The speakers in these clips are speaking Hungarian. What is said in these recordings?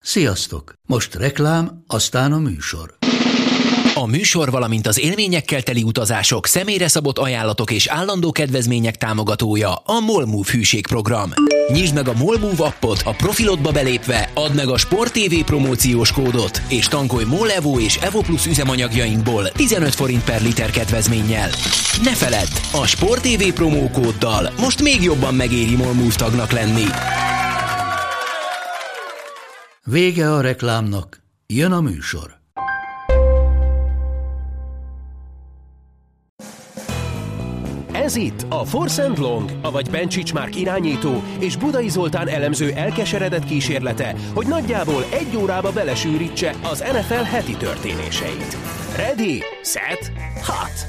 Sziasztok! Most reklám, aztán a műsor. A műsor, valamint az élményekkel teli utazások, személyre szabott ajánlatok és állandó kedvezmények támogatója a MOL Move hűségprogram. Nyisd meg a MOL Move appot, a profilodba belépve, add meg a Sport TV promóciós kódot, és tankolj MOL Evo és Evo Plus üzemanyagjainkból 15 forint per liter kedvezménnyel. Ne feledd, a Sport TV promókóddal most még jobban megéri MOL Move tagnak lenni. Vége a reklámnak, jön a műsor. Ez itt a Force & Long, avagy Bencsics Márk irányító és Budai Zoltán elemző elkeseredett kísérlete, hogy nagyjából egy órába belesűrítse az NFL heti történéseit. Ready, set, hot!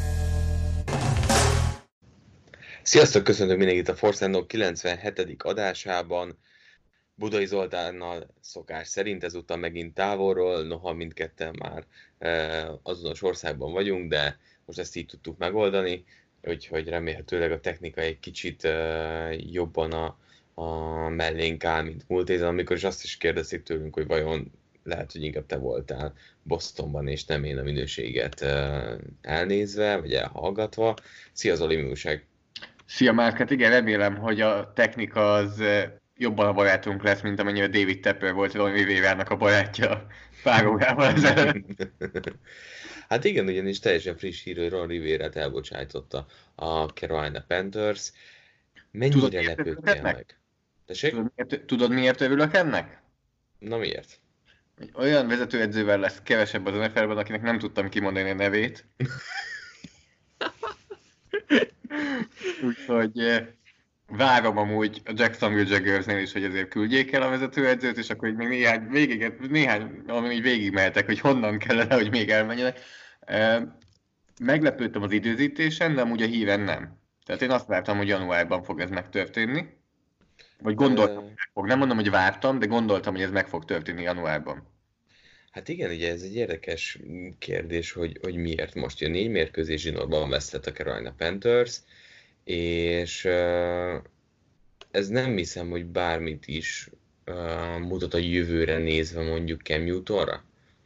Sziasztok, köszöntök mindenkit a Force & Long 97. adásában. Budai Zoltánnal szokás szerint ezúttal megint távolról, noha mindketten már azonos országban vagyunk, de most ezt így tudtuk megoldani, úgyhogy remélhetőleg a technika egy kicsit jobban a mellénk áll, mint múlt héten, amikor is azt is kérdezték tőlünk, hogy vajon lehet, hogy inkább te voltál Bostonban, és nem én a minőséget elnézve, vagy elhallgatva. Szia Zoli, mi újság? Szia Márk, hát igen, remélem, hogy a technika az jobban a barátunk lesz, mint amennyire David Tepper volt Ron Rivera-nak a barátja pár órával ezelőtt. Hát igen, ugyanis teljesen friss hír, hogy Ron Rivera-t elbocsájtotta a Carolina Panthers. Mennyire lepődtél meg? Tudod, miért örülök ennek? Na miért? Olyan vezetőedzővel lesz kevesebb az NFL-ben, akinek nem tudtam kimondani a nevét. Úgyhogy várom amúgy a Jacksonville Jaguarsnél is, hogy azért küldjék el a vezetőedzőt, és akkor még néhány ami így végigmehetek, hogy honnan kellene, hogy még elmenjenek. Meglepődtem az időzítésen, de amúgy a híren nem. Tehát én azt vártam, hogy januárban fog ez megtörténni. Vagy gondoltam, hogy meg fog. Nem mondom, hogy vártam, de gondoltam, hogy ez meg fog történni januárban. Hát igen, ugye ez egy érdekes kérdés, hogy miért most jön 4 mérkőzés zsinórban vesztett a Carolina Panthers, és ez nem hiszem, hogy bármit is mutat a jövőre nézve mondjuk Cam Newtonra?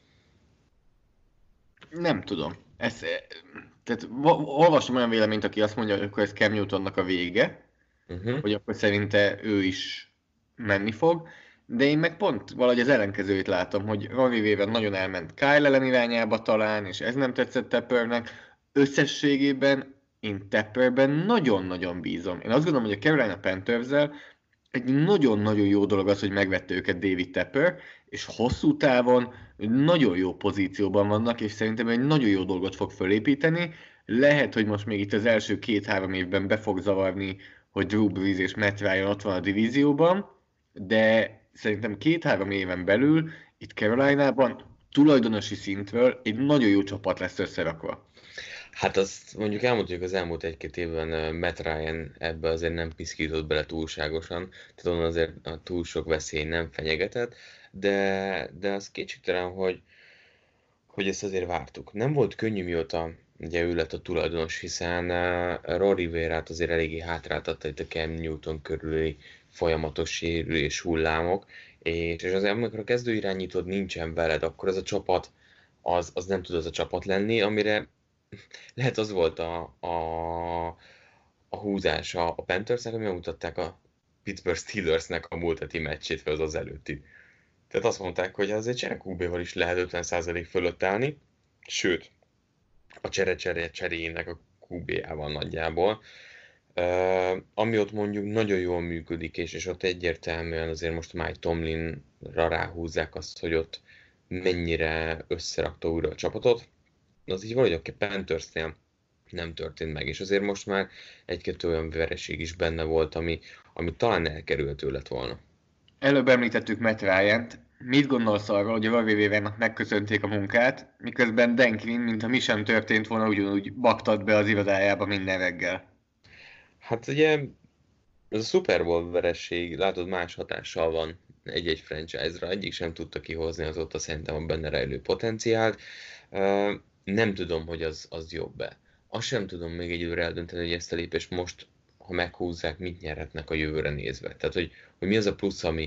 Nem tudom. Tehát olvastam olyan véleményt, aki azt mondja, hogy akkor ez Cam Newtonnak a vége, hogy akkor szerinte ő is menni fog, de én meg pont valahogy az ellenkezőjét látom, hogy Ron Rivera nagyon elment Kyle Allen irányába talán, és ez nem tetszett Teppernek. Összességében én Tepperben nagyon-nagyon bízom. Én azt gondolom, hogy a Carolina Panthers-zel egy nagyon-nagyon jó dolog az, hogy megvette őket David Tepper, és hosszú távon nagyon jó pozícióban vannak, és szerintem egy nagyon jó dolgot fog fölépíteni. Lehet, hogy most még itt az első 2-3 évben be fog zavarni, hogy Drew Brees és Matt Ryan ott van a divízióban, de szerintem 2-3 éven belül itt Carolinában tulajdonosi szintről egy nagyon jó csapat lesz összerakva. Hát azt mondjuk elmondjuk, az elmúlt 1-2 évben Matt Ryan ebbe azért nem piszkított bele túlságosan, tehát onnan azért túl sok veszély nem fenyegetett, de az kétségtelen, hogy ezt azért vártuk. Nem volt könnyű, mióta ugye ő lett a tulajdonos, hiszen Ron Rivera-t azért eléggé hátráltatta itt a Cam Newton körüli folyamatos sérülés hullámok, és azért amikor a kezdőirányítód nincsen veled, akkor ez a csapat az nem tud az a csapat lenni, amire lehet az volt a húzása a Panthersnek, hogy megmutatták a Pittsburgh Steelersnek a múlt heti meccsét, vagy az előtti. Tehát azt mondták, hogy az egy csere QB-val is lehet 50% fölött állni, sőt, a cseréjének a QB-ával nagyjából. Ami ott mondjuk nagyon jól működik, és ott egyértelműen azért most Mike Tomlinra ráhúzzák azt, hogy ott mennyire összerakta újra a csapatot, az így valahogy a Panthersnél nem történt meg, és azért most már 1-2 olyan vereség is benne volt, ami talán elkerülhető lett volna. Előbb említettük Matt Ryan-t. Mit gondolsz arról, hogy a Ron Rivera-nak megköszönték a munkát, miközben Dan Quinn, mintha mi sem történt volna, ugyanúgy baktat be az irodájába minden reggel? Hát ugye ez a Super Bowl vereség, látod, más hatással van egy-egy franchise-ra, egyik sem tudta kihozni azóta szerintem a benne rejlő potenciált. Nem tudom, hogy az jobb-e. Azt sem tudom még egyelőre eldönteni, hogy ezt a lépést most, ha meghúzzák, mit nyerhetnek a jövőre nézve. Tehát, hogy mi az a plusz,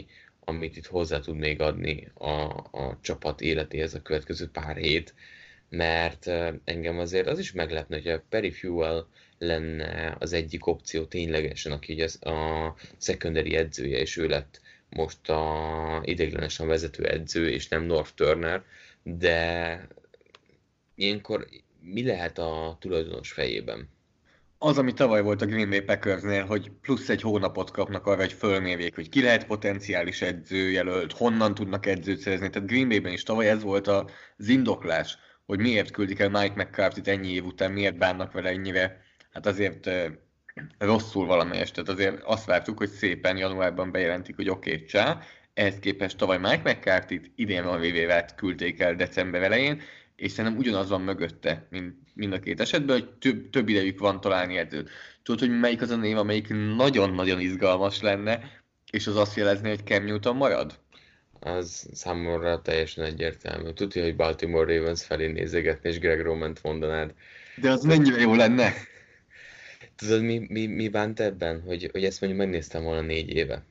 amit itt hozzá tud még adni a csapat életéhez a következő pár hét, mert engem azért az is meglepne, hogy a Perry Fewell lenne az egyik opció ténylegesen, aki ugye a secondary edzője, és ő lett most ideiglenesen vezető edző, és nem North Turner, de ilyenkor mi lehet a tulajdonos fejében? Az, ami tavaly volt a Green Bay Packersnél, hogy plusz egy hónapot kapnak arra, hogy fölmérjék, hogy ki lehet potenciális edzőjelölt, honnan tudnak edzőt szerezni. Tehát Green Bayben is tavaly ez volt az indoklás, hogy miért küldik el Mike McCarthy-t ennyi év után, miért bánnak vele ennyire, hát azért rosszul valamelyest. Tehát azért azt vártuk, hogy szépen januárban bejelentik, hogy oké, csá. Ehhez képest tavaly Mike McCarthy-t idén Ron Rivera-t küldték el december elején, és szerintem ugyanaz van mögötte, mint mind a két esetben, hogy több idejük van találni edzőt. Tudod, hogy melyik az a név, amelyik nagyon-nagyon izgalmas lenne, és az azt jelezné, hogy Cam Newton marad? Az számomra teljesen egyértelmű. Tudja, hogy Baltimore Ravens felé nézegetni, és Greg Romant mondanád. De az mennyire jó lenne? Tudod, mi bánt ebben? Hogy ezt mondjuk megnéztem volna 4 éve.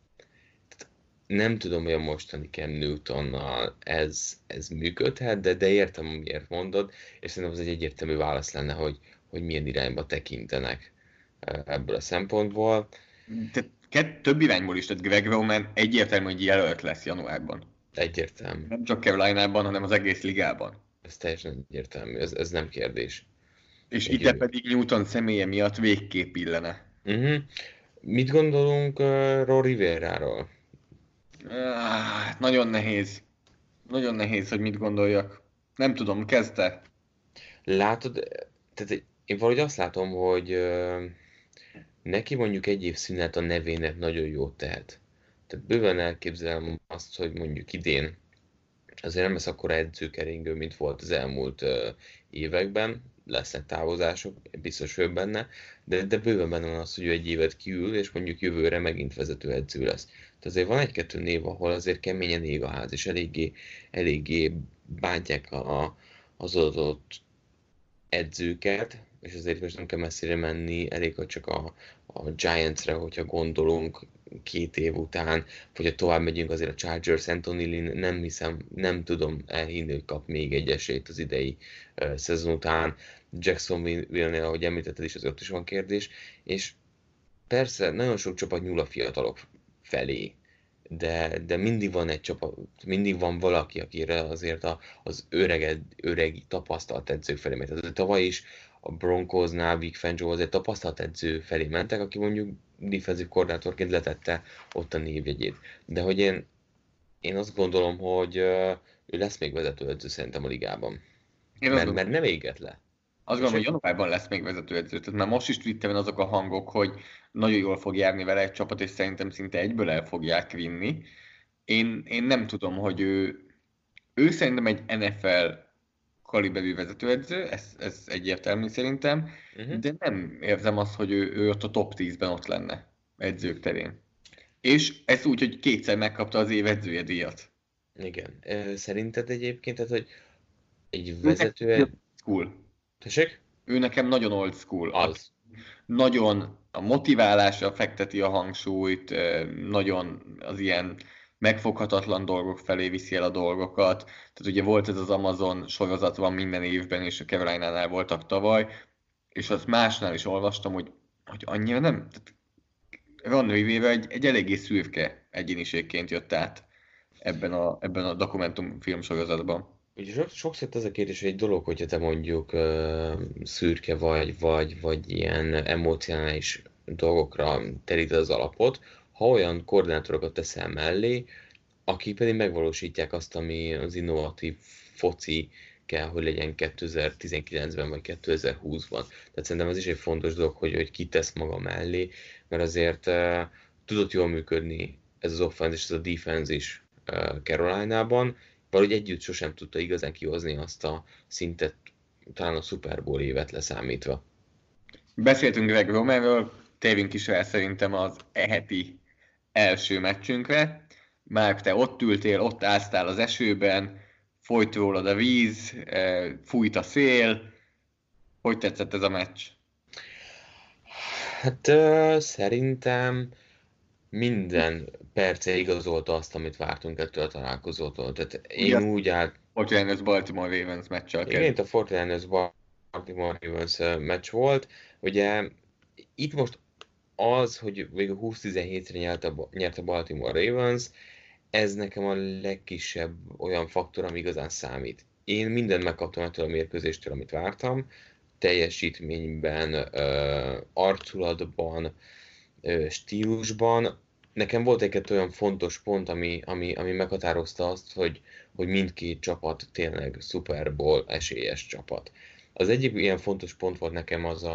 Nem tudom, hogy a mostani Cam Newtonnal ez működhet, de értem, miért mondod, és szerintem az egy egyértelmű válasz lenne, hogy milyen irányba tekintenek ebből a szempontból. Több irányból is, tehát Greg Roman egyértelmű, hogy jelölt lesz januárban. Egyértelmű. Nem csak Caroline-ban, hanem az egész ligában. Ez teljesen egyértelmű, ez nem kérdés. És ide pedig Newton személye miatt végképp illene. Mit gondolunk Ron Rivera-ról? Nagyon nehéz. Nagyon nehéz, hogy mit gondoljak. Nem tudom, kezdte. Látod, tehát én valahogy azt látom, hogy neki mondjuk egy év szünet a nevének nagyon jót tehet. Tehát bőven elképzelem azt, hogy mondjuk idén azért nem lesz akkora edzőkeringő, mint volt az elmúlt években, lesznek távozások, biztos vagyok benne, de bőven benne van az, hogy ő egy évet kiül, és mondjuk jövőre megint vezető edző lesz. Tehát azért van egy-kettő név, ahol azért keményen ég a ház, és eléggé bántják az adott edzőket, és azért most nem kell messzire menni, elég, hogy csak a Giantsre, hogyha gondolunk 2 év után, vagy ha tovább megyünk azért a Chargers, Anthony Lynn, nem tudom elhinni, hogy kap még egy esélyt az idei szezon után. Jacksonville-nél, ahogy említetted is, az ott is van kérdés, és persze nagyon sok csapat nyúl a fiatalok felé, de mindig van egy csapat, mindig van valaki, akire azért az öregi tapasztalt edzők felé megy. Tehát tavaly is a Broncosnál Vic Fangio azért tapasztalt edző felé mentek, aki mondjuk defensív koordinátorként letette ott a névjegyét. De hogy én azt gondolom, hogy ő lesz még vezetőedző szerintem a ligában. Mert nem égett le. Azt gondolom, hogy januárban lesz még vezetőedző. Tehát már most is Twitteren azok a hangok, hogy nagyon jól fog járni vele egy csapat, és szerintem szinte egyből el fogják vinni. Én nem tudom, hogy ő szerintem egy NFL kaliberű vezetőedző, ez egyértelmű szerintem, de nem érzem azt, hogy ő ott a top 10-ben ott lenne edzők terén. És ez úgy, hogy 2-szer megkapta az év edzője díjat. Igen. Szerinted egyébként, tehát, hogy egy vezető... School. Tessék? Ő nekem nagyon old school. Az. Nagyon a motiválásra fekteti a hangsúlyt, nagyon az ilyen megfoghatatlan dolgok felé viszi el a dolgokat. Tehát ugye volt ez az Amazon sorozat, van minden évben, és a Caroline-nál voltak tavaly, és azt másnál is olvastam, hogy annyira nem... Ron Rivera egy eléggé szürke egyéniségként jött át ebben a dokumentumfilm sorozatban. Ugye sokszor az a kérdés, hogy egy dolog, hogyha te mondjuk szürke vagy ilyen emocionális dolgokra teríted az alapot, ha olyan koordinátorokat teszel mellé, akik pedig megvalósítják azt, ami az innovatív foci kell, hogy legyen 2019-ben vagy 2020-ban. Tehát szerintem ez is egy fontos dolog, hogy ki tesz maga mellé, mert azért tudott jól működni ez az offense és ez a defense is Caroline-ában, valahogy együtt sosem tudta igazán kihozni azt a szintet, talán a Super Bowl évet leszámítva. Beszéltünk Greg Romanről, térjünk is rá szerintem az heti első meccsünkre. Már te ott ültél, ott áztál az esőben, folyt rólad a víz, fújt a szél. Hogy tetszett ez a meccs? Hát szerintem minden perce igazolta azt, amit vártunk ettől a találkozótól. Tehát én úgy állt... 49ers Baltimore Ravens meccsel Igen, itt a 49ers Baltimore Ravens meccs volt. Ugye itt most az, hogy végül 20-17-re nyert a Baltimore Ravens, ez nekem a legkisebb olyan faktor, ami igazán számít. Én mindent megkaptam ettől a mérkőzéstől, amit vártam, teljesítményben, arculatban, stílusban. Nekem volt egy olyan fontos pont, ami meghatározta azt, hogy mindkét csapat tényleg Super Bowl esélyes csapat. Az egyik ilyen fontos pont volt nekem az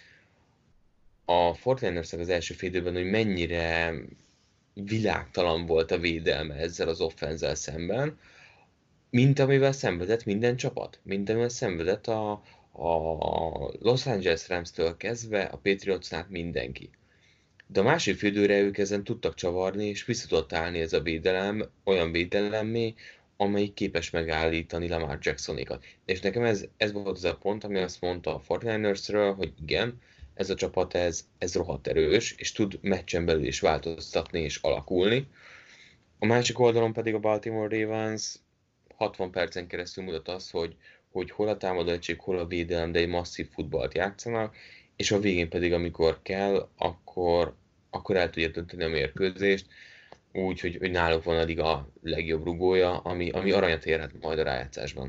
a 49ers az első fél időben, hogy mennyire világtalan volt a védelme ezzel az offenzel szemben, mint amivel szenvedett minden csapat. Mint amivel szenvedett a Los Angeles Rams-től kezdve a Patriotsnál mindenki. De a másik fél időre ők ezen tudtak csavarni, és vissza tudott állni ez a védelem olyan védelemmé, amelyik képes megállítani Lamar Jacksonékat. És nekem ez volt az a pont, ami azt mondta a 49ersről, hogy igen, ez a csapat, ez rohadt erős, és tud meccsen belül is változtatni és alakulni. A másik oldalon pedig a Baltimore Ravens 60 percen keresztül mutat azt, hogy hol a támadó egység, hol a védelem, de egy masszív futballt játszanak, és a végén pedig, amikor kell, akkor el tudja dönteni a mérkőzést, úgy, hogy náluk van addig a legjobb rugója, ami aranyat érhet majd a rájátszásban.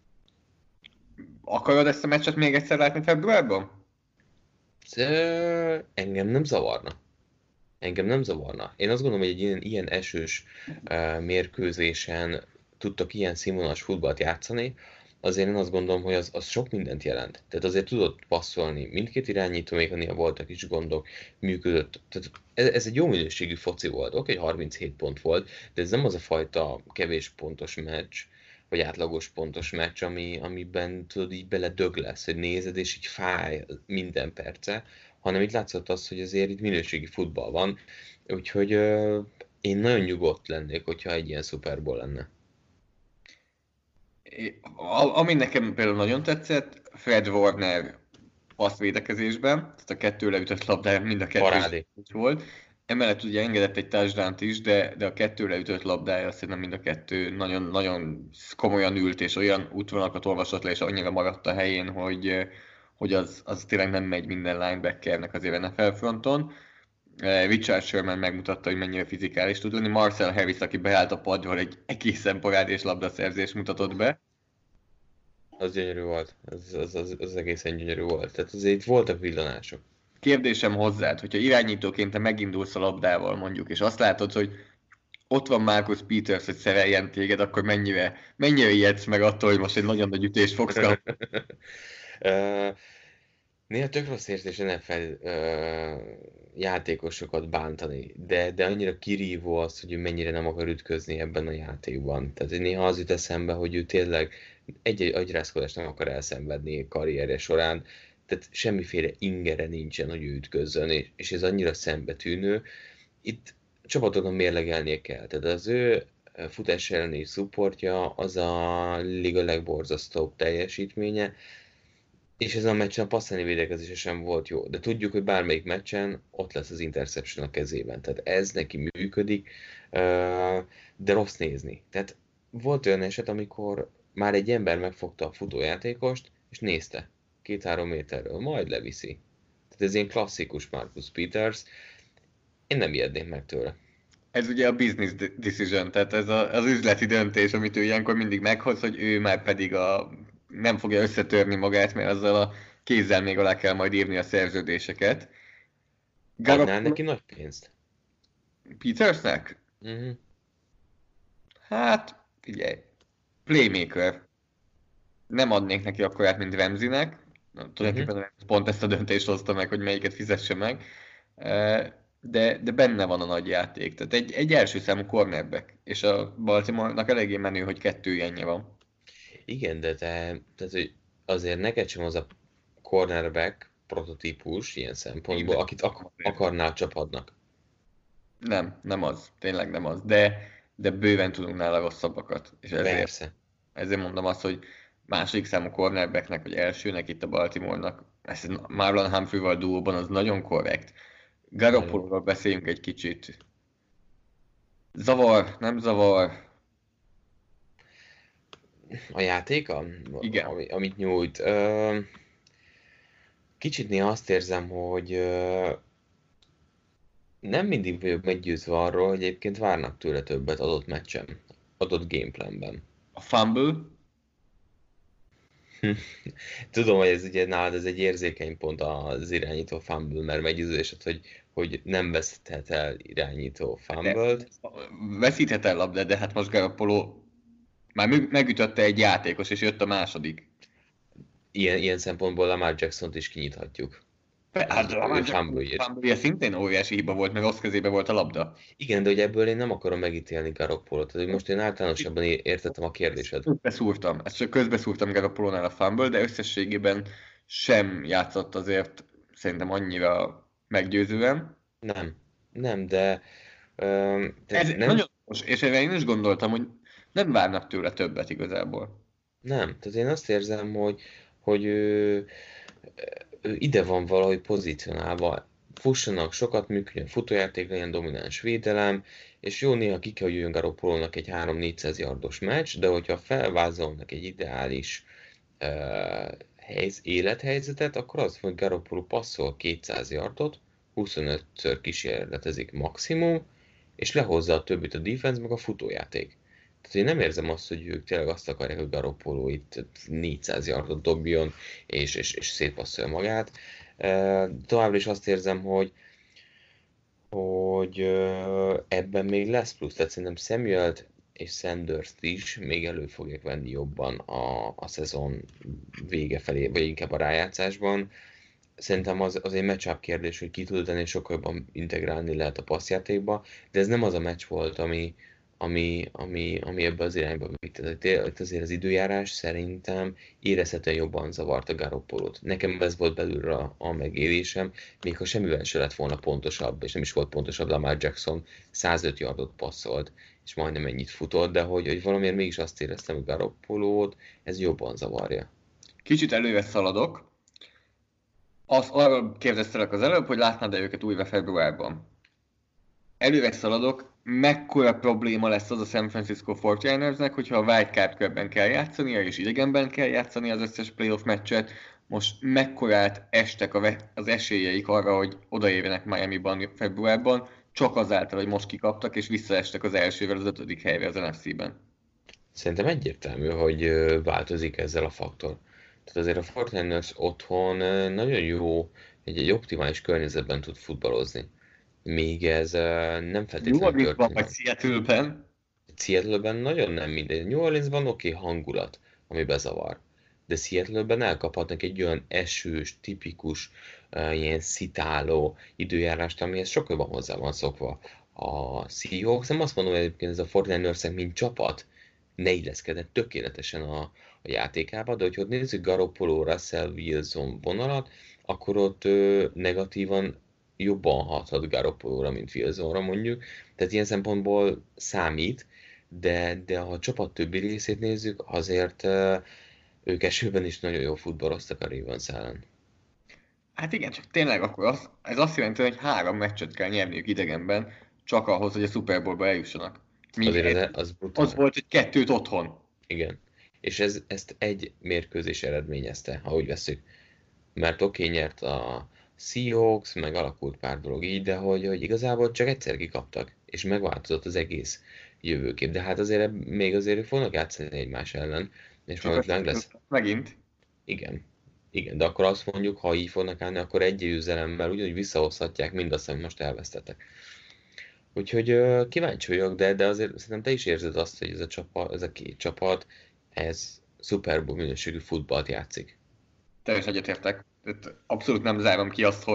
Akarod ezt a meccset még egyszer látni februárban? Engem nem zavarna. Én azt gondolom, hogy egy ilyen esős mérkőzésen tudtak ilyen színvonalas futballt játszani, azért én azt gondolom, hogy az sok mindent jelent. Tehát azért tudott passzolni mindkét irányító, még ha voltak is gondok, működött. Tehát ez egy jó minőségű foci volt, oké, 37 pont volt, de ez nem az a fajta kevés pontos meccs, vagy átlagos pontos meccs, amiben tudod így beledög lesz, hogy nézed, és így fáj minden perce, hanem itt látszott az, hogy azért itt minőségi futball van, úgyhogy én nagyon nyugodt lennék, hogyha egy ilyen Super Bowl lenne. Ami nekem például nagyon tetszett, Fred Warner passzvédekezésben, tehát a 2 leütött labdája mind a 2 volt. Emellett ugye engedett egy touchdown-t is, de a 2 leütött labdája szerintem mind a 2 nagyon, nagyon komolyan ült, és olyan útvonalakat olvasott le, és annyira maradt a helyén, hogy az tényleg nem megy minden linebackernek azért NFL fronton. Richard Sherman megmutatta, hogy mennyire fizikális tud lenni. Marcel Harris, aki beállt a padról, egy egészen parádés labdaszerzést mutatott be. Az gyönyörű volt. Az egészen gyönyörű volt. Tehát azért itt voltak villanások. Kérdésem hozzád, hogyha irányítóként te megindulsz a labdával mondjuk, és azt látod, hogy ott van Marcus Peters, hogy szereljen téged, akkor mennyire ijedsz meg attól, hogy most egy nagyon nagy ütést fogsz kapni? Néha tök rossz érzés NFL játékosokat bántani, de annyira kirívó az, hogy ő mennyire nem akar ütközni ebben a játékban. Tehát néha az jut eszembe, hogy ő tényleg egy agyrázkodást nem akar elszenvedni karrierje során, tehát semmiféle ingere nincsen, hogy ő ütközzön, és ez annyira szembetűnő. Itt csapatokon mérlegelnie kell, tehát az ő futás elleni szupportja az a liga legborzasztóbb teljesítménye, és ezen a meccsen a passzani védekezése sem volt jó, de tudjuk, hogy bármelyik meccsen ott lesz az interception a kezében, tehát ez neki működik, de rossz nézni. Tehát volt olyan eset, amikor már egy ember megfogta a futójátékost, és nézte 2-3 méterről, majd leviszi. Tehát ez ilyen klasszikus Marcus Peters, én nem ijedném meg tőle. Ez ugye a business decision, tehát ez az üzleti döntés, amit ő ilyenkor mindig meghoz, hogy ő már pedig nem fogja összetörni magát, mert azzal a kézzel még alá kell majd írni a szerződéseket. Adnál neki nagy pénzt? Petersnek? Uh-huh. Hát, figyelj, playmaker. Nem adnék neki akkorát, mint Ramseynek. Tulajdonképpen pont ezt a döntést hozta meg, hogy melyiket fizesse meg. De benne van a nagy játék. Tehát egy első számú cornerback. És a Baltimore-nak eléggé menő, hogy 2 ilyenje van. Igen, de tehát, hogy azért neked sem az a cornerback prototípus ilyen szempontból, akit akarnál csapatnak. Nem az. Tényleg nem az. De bőven tudunk nála rosszabbakat. És ezért mondom azt, hogy második számú cornerbacknek, vagy elsőnek itt a Baltimore-nak, ezt Marlon Humphrey-val duóban az nagyon korrekt. Garoppolóról beszéljünk egy kicsit. Zavar, nem zavar. A játéka? Igen. Amit nyújt. Kicsit néha azt érzem, hogy nem mindig vagyok meggyőzve arról, hogy egyébként várnak tőle többet adott meccsen, adott gameplanben. A fumble? Tudom, hogy ez ugye nálad ez egy érzékeny pont az irányító fumble, mert meggyőződésed, hogy nem veszthet el irányító fumble-t. Veszíthet el labdát, de hát most Garoppolo már megütötte egy játékos, és jött a második. Ilyen szempontból Lamar Jackson-t is kinyithatjuk. Hát a fumble szintén óriási hiba volt, meg rossz kezébe volt a labda. Igen, de hogy ebből én nem akarom megítélni Garoppolót. Tehát, hogy most én általánosabban értettem a kérdésed. Közbeszúrtam Garoppolónál a fumble, de összességében sem játszott azért szerintem annyira meggyőzően. Nem, de... Ez nem... nagyon fontos, és erre én is gondoltam, hogy nem várnak tőle többet igazából. Nem, tehát én azt érzem, hogy ő ide van valahogy pozícionálva. Fussanak, sokat működjön, futójáték legyen, domináns védelem, és jó, néha ki kell, hogy jöjjön Garoppolónak egy 3-400 yardos meccs, de hogyha felvázolnak egy ideális élethelyzetet, akkor az, hogy Garoppolo passzol 200 yardot, 25-ször kísérletezik maximum, és lehozza a többit a defense, meg a futójáték. Tehát én nem érzem azt, hogy ők tényleg azt akarják, hogy Garoppolo itt 400 yardot dobjon, és szétpasszolja magát. Továbbra is azt érzem, hogy ebben még lesz plusz. Tehát szerintem Samuelt és Sanders-t is még elő fogják venni jobban a szezon vége felé, vagy inkább a rájátszásban. Szerintem az egy matchup kérdés, hogy ki tud tenni, sokkal jobban integrálni lehet a passzjátékba, de ez nem az a meccs volt, ami ebbe az irányba vitte. Tehát azért az időjárás szerintem érezhetően jobban zavarta Garoppolót. Nekem ez volt belülről a megélésem, még ha semmivel se lett volna pontosabb, és nem is volt pontosabb, Lamar Jackson 105 yardot passzolt, és majdnem ennyit futott, de hogy valamiért mégis azt éreztem, hogy Garoppolót ez jobban zavarja. Kicsit előre szaladok. Arról kérdeztelek az előbb, hogy látnád-e őket újra februárban. Előre szaladok, mekkora probléma lesz az a San Francisco 49ersnek, hogyha a wildcard körben kell játszania, és idegenben kell játszani az összes playoff meccset, most mekkorát estek az esélyeik arra, hogy odaérjenek Miami-ban februárban, csak azáltal, hogy most kikaptak, és visszaestek az elsővel az 5. helyre az NFC-ben. Szerintem egyértelmű, hogy változik ezzel a faktor. Tehát azért a 49ers otthon nagyon jó, egy optimális környezetben tud futballozni. Még ez nem feltétlenül történik. Vagy Seattle-ben? Seattle-ben nagyon nem mindegy. New Orleansban oké, hangulat, ami bezavar. De Seattle-ben elkaphatnak egy olyan esős, tipikus, ilyen szitáló időjárást, amihez sokkal jobban hozzá van szokva a Seahawks. Nem azt mondom, hogy egyébként ez a 49ers mint csapat ne illeszkedett tökéletesen a játékába, de hogyha ott nézzük Garoppolo, Russell Wilson vonalat, akkor ott negatívan jobban hathat Garoppolóra, mint Wilsonra mondjuk. Tehát ilyen szempontból számít, de ha a csapat többi részét nézzük, azért ők esőben is nagyon jó futballoztak a Ravens ellen. Hát igen, csak tényleg akkor ez azt jelenti, hogy 3 meccset kell nyerniük idegenben, csak ahhoz, hogy a Super Bowl-ba eljussanak. Az volt, hogy 2 otthon. Igen. És ezt egy mérkőzés eredményezte, ha úgy veszük. Mert oké, nyert a Seahawks, meg alakult pár dolog így, de hogy igazából csak egyszer kikaptak, és megváltozott az egész jövőkép. De hát azért még azért fognak játszani egymás ellen, és majd meg lesz. Megint? Igen, de akkor azt mondjuk, ha így fognak állni, akkor egy győzelemmel ugyanúgy visszahozhatják mindazt, amit most elvesztettek. Úgyhogy kíváncsi vagyok, de azért szerintem te is érzed azt, hogy ez a két csapat, ez Super Bowl minőségű futballt játszik. Teljesen egyetértek. Abszolút nem zárom ki azt,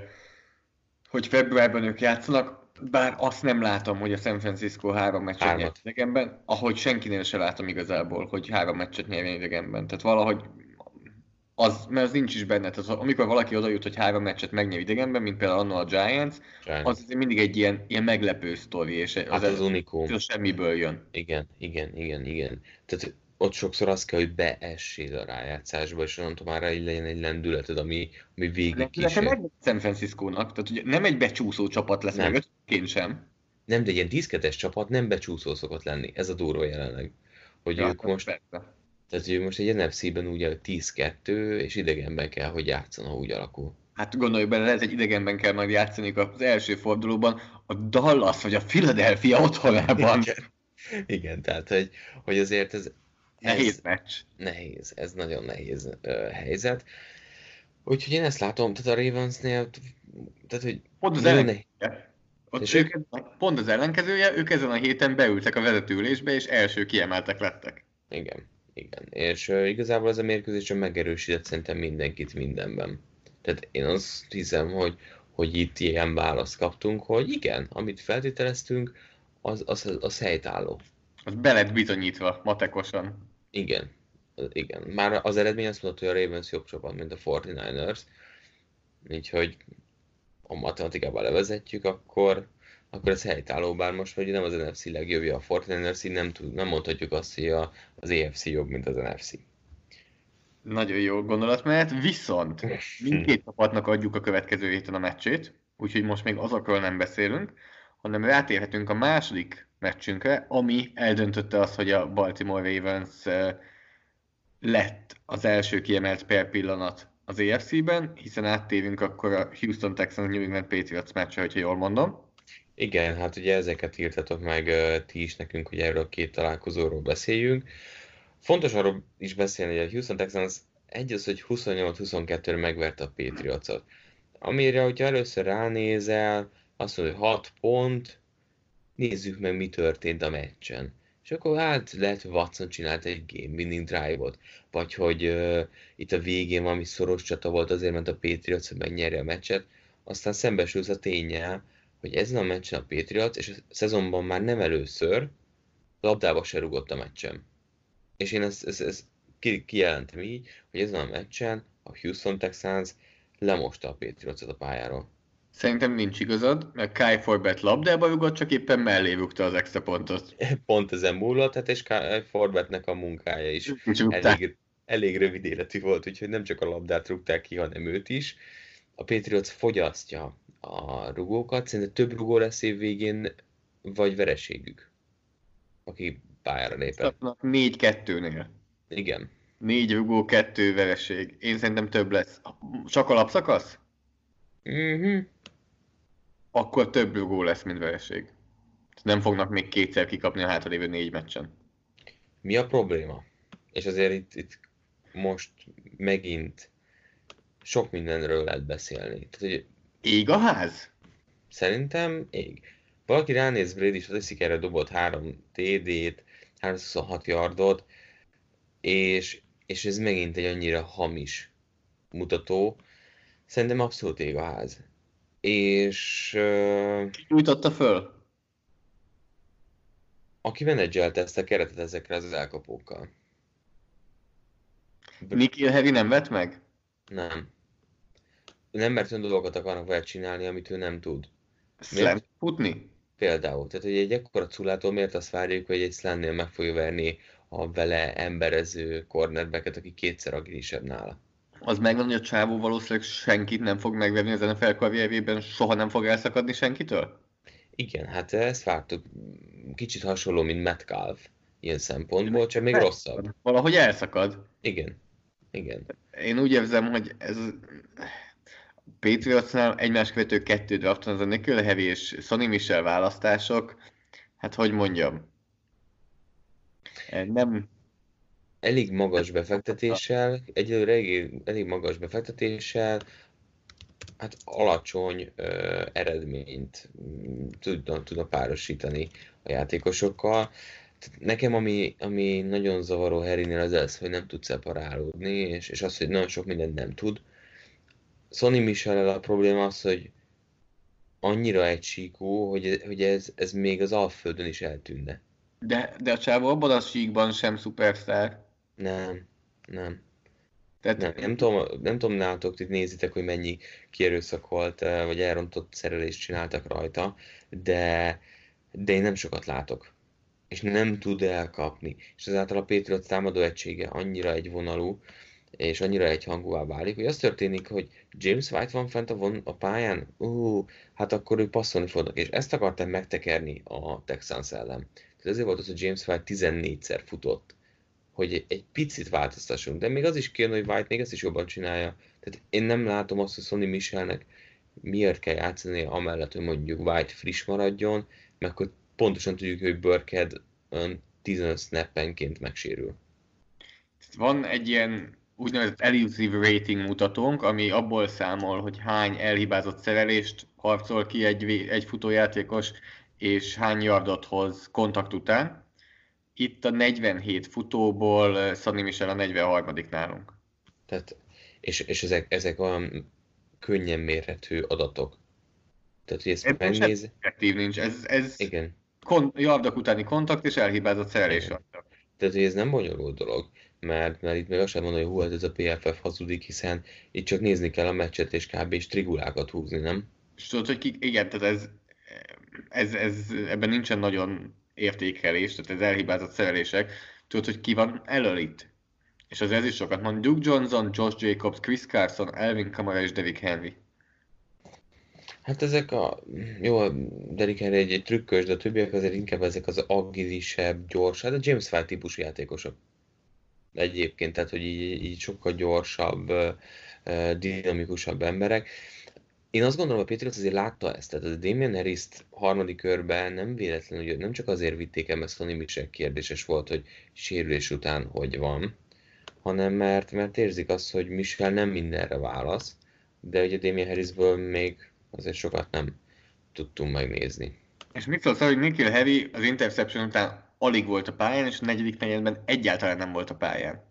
hogy februárban ők játszanak, bár azt nem látom, hogy a San Francisco 3 meccset nyert idegenben, ahogy senkinél se látom igazából, hogy 3 meccset nyerjen idegenben. Tehát valahogy mert az nincs is benne. Tehát amikor valaki oda jut, hogy 3 meccset megnyer idegenben, mint például anno a Giants, az mindig egy ilyen meglepő sztori, és az unikum. Az semmiből jön. Igen. Tehát ott sokszor az kell, hogy beessél a rájátszásba, és onnantól már így legyen egy lendületed, ami végig kísér. Nekem San Francisco-nak, tehát ugye nem egy becsúszó csapat lesz, meg 5-ként sem. Nem, de ilyen 10-2-es csapat nem becsúszó szokott lenni. Ez a durva jelenleg. Hogy Ja, ők most, persze. tehát hogy most egy NFC-ben ugye 10-2, és idegenben kell, hogy játszana, úgy alakul. Hát gondolj bele, lehet, hogy idegenben kell majd játszani az első fordulóban a Dallas vagy a Philadelphia otthonában. Igen, tehát hogy azért ez Nehéz meccs. Nehéz, ez nagyon nehéz helyzet. Úgyhogy én ezt látom, tehát a Ravensnél, tehát hogy Pont az nagyon ellenkezője. Pont az ellenkezője, ők ezen a héten beültek a vezetőülésbe, és első kiemeltek lettek. Igen. És igazából ez a mérkőzés csak megerősített szerintem mindenkit mindenben. Tehát én azt hiszem, hogy itt ilyen választ kaptunk, hogy igen, amit feltételeztünk, az helytálló. Az be lett bizonyítva matekosan. Igen. Már az eredmény azt mondta, hogy a Ravens jobb csapat, mint a 49ers. Úgyhogy ha matematikában levezetjük, akkor ez helytálló, bár most vagy nem az NFC legjobbja, a 49ers, így nem mondhatjuk azt, hogy az AFC jobb, mint az NFC. Nagyon jó gondolatmenet, viszont mindkét csapatnak adjuk a következő héten a meccsét, úgyhogy most még azokról nem beszélünk, hanem rátérhetünk a második meccsünkre, ami eldöntötte azt, hogy a Baltimore Ravens lett az első kiemelt per pillanat az AFC-ben, hiszen áttérünk akkor a Houston Texans New England Patriots meccsre, hogyha jól mondom. Igen, hát ugye ezeket írtatok meg ti is nekünk, hogy erről a két találkozóról beszéljünk. Fontos arról is beszélni, hogy a Houston Texans hogy 28-22-re megverte a Patriotsot. Amire, hogyha először ránézel, azt mondod, hogy 6 pont, nézzük meg, mi történt a meccsen. És akkor lehet, hogy Watson csinált egy game winning drive-ot, vagy hogy itt a végén valami szoros csata volt, azért ment a Patriots, hogy megnyerje a meccset. Aztán szembesülsz a ténnyel, hogy ezen a meccsen a Patriots, és a szezonban már nem először, labdába se rugott a meccsen. És én ezt kijelentem így, hogy ezen a meccsen a Houston Texans lemosta a Patriotsot a pályáról. Szerintem nincs igazad, mert Kai Forbett labdába rugott, csak éppen mellé rúgta az extra pontot. Pont ezen múlott, hát és Kai Forbettnek a munkája is elég rövid életű volt, úgyhogy nem csak a labdát rúgták ki, hanem őt is. A Patriots fogyasztja a rugókat, szerintem több rugó lesz év végén, vagy vereségük, aki pályára lépett. 4-2-nél. Igen. 4 rugó, 2 vereség. Én szerintem több lesz. Csak alapszakasz? Akkor több rugó lesz, mint vereség. Nem fognak még kétszer kikapni a hátralévő 4 meccsen. Mi a probléma? És azért itt most megint sok mindenről lehet beszélni. Tehát, hogy ég a ház? Szerintem ég. Valaki ránéz Brady statisztikára, dobott 3 TD-t, 326 yardot, és ez megint egy annyira hamis mutató. Szerintem abszolút ég a ház. És... Ki nyújtotta föl? Aki menedzselte ezt a keretet ezekre az elkapókkal. Nikhil Harry nem vett meg? Nem. Nem, mert olyan dolgokat akarnak vele csinálni, amit ő nem tud. Slam futni? Például. Tehát, hogy egy ekkora culától miért azt várjuk, hogy egy slamnél meg fogja verni a vele emberező cornerbacket, aki kétszer agilisebb nála. Az megvan, hogy a csávó valószínűleg senkit nem fog megverni az NFL karrierjében, soha nem fog elszakadni senkitől? Igen, hát ezt vártuk. Kicsit hasonló, mint Metcalf ilyen szempontból, csak még rosszabb. Valahogy elszakad. Igen. Én úgy érzem, hogy ez Patriotsnál egymás követő 2 drafton, az a Nikhil Harry és Sonny Michel választások, hát hogy mondjam, nem... Elég magas befektetéssel, egyelőre elég magas befektetéssel, hát alacsony eredményt tudna párosítani a játékosokkal. Nekem ami nagyon zavaró Harrynél az ez, hogy nem tud szeparálódni, és az, hogy nagyon sok mindent nem tud. Sonny Michel a probléma az, hogy annyira egysíkú, hogy ez még az Alföldön is eltűnne. De a csávó abban a síkban sem szupersztár. Nem. Tehát... Nem tudom, nálatok itt nézitek, hogy mennyi kierőszakolt, vagy elrontott szerelést csináltak rajta, de én nem sokat látok. És nem tud elkapni. És ezáltal a Patriots támadó egysége annyira egyvonalú, és annyira egyhangúvá válik, hogy az történik, hogy James White van fent a pályán, hát akkor ők passzolni fognak, és ezt akartam megtekerni a Texans ellen. Tehát ezért volt az, hogy James White 14-szer futott, hogy egy picit változtassunk, de még az is kijön, hogy White még ezt is jobban csinálja. Tehát én nem látom azt, hogy Sonny Michelnek miért kell játszani amellett, hogy mondjuk White friss maradjon, meg hogy pontosan tudjuk, hogy Burkhead 15 snappenként megsérül. Van egy ilyen úgynevezett elusive rating mutatónk, ami abból számol, hogy hány elhibázott szerelést harcol ki egy futójátékos, és hány yardot hoz kontakt után. Itt a 47 futóból Sonny Michel a 43. nálunk. Tehát, és ezek olyan könnyen mérhető adatok. Tehát, hogy ezt megnéz... nincs. Ez igen. Yardok utáni kontakt és elhibázott szerelés adtak. Tehát, hogy ez nem bonyolult dolog, mert itt még azt sem mondani, hogy ez a PFF hazudik, hiszen itt csak nézni kell a meccset és kb. Trigulákat húzni, nem? És tudod, hogy igen, tehát ebben nincsen nagyon értékelés, tehát ez elhibázott szerelések. Tudod, hogy ki van elől itt? És az ez is sokat mond. Duke Johnson, Josh Jacobs, Chris Carson, Alvin Kamara és Derrick Henry. Hát ezek jó, Derrick Henry egy trükkös, de a többiek azért inkább ezek az agilisebb, gyorsabb, de James White típusú játékosok. Egyébként, tehát hogy így sokkal gyorsabb, dinamikusabb emberek. Én azt gondolom, hogy Patriots azért látta ezt, tehát a Damien Harris-t harmadik körben nem véletlenül, hogy nem csak azért vitték el, mert Sonny Michel kérdéses volt, hogy sérülés után hogy van, hanem mert érzik azt, hogy Michel nem mindenre válasz, de ugye Damien Harrisből még azért sokat nem tudtunk megnézni. És mit szólsz, hogy N'Keal Harry az interception után alig volt a pályán, és a negyedik negyedben egyáltalán nem volt a pályán?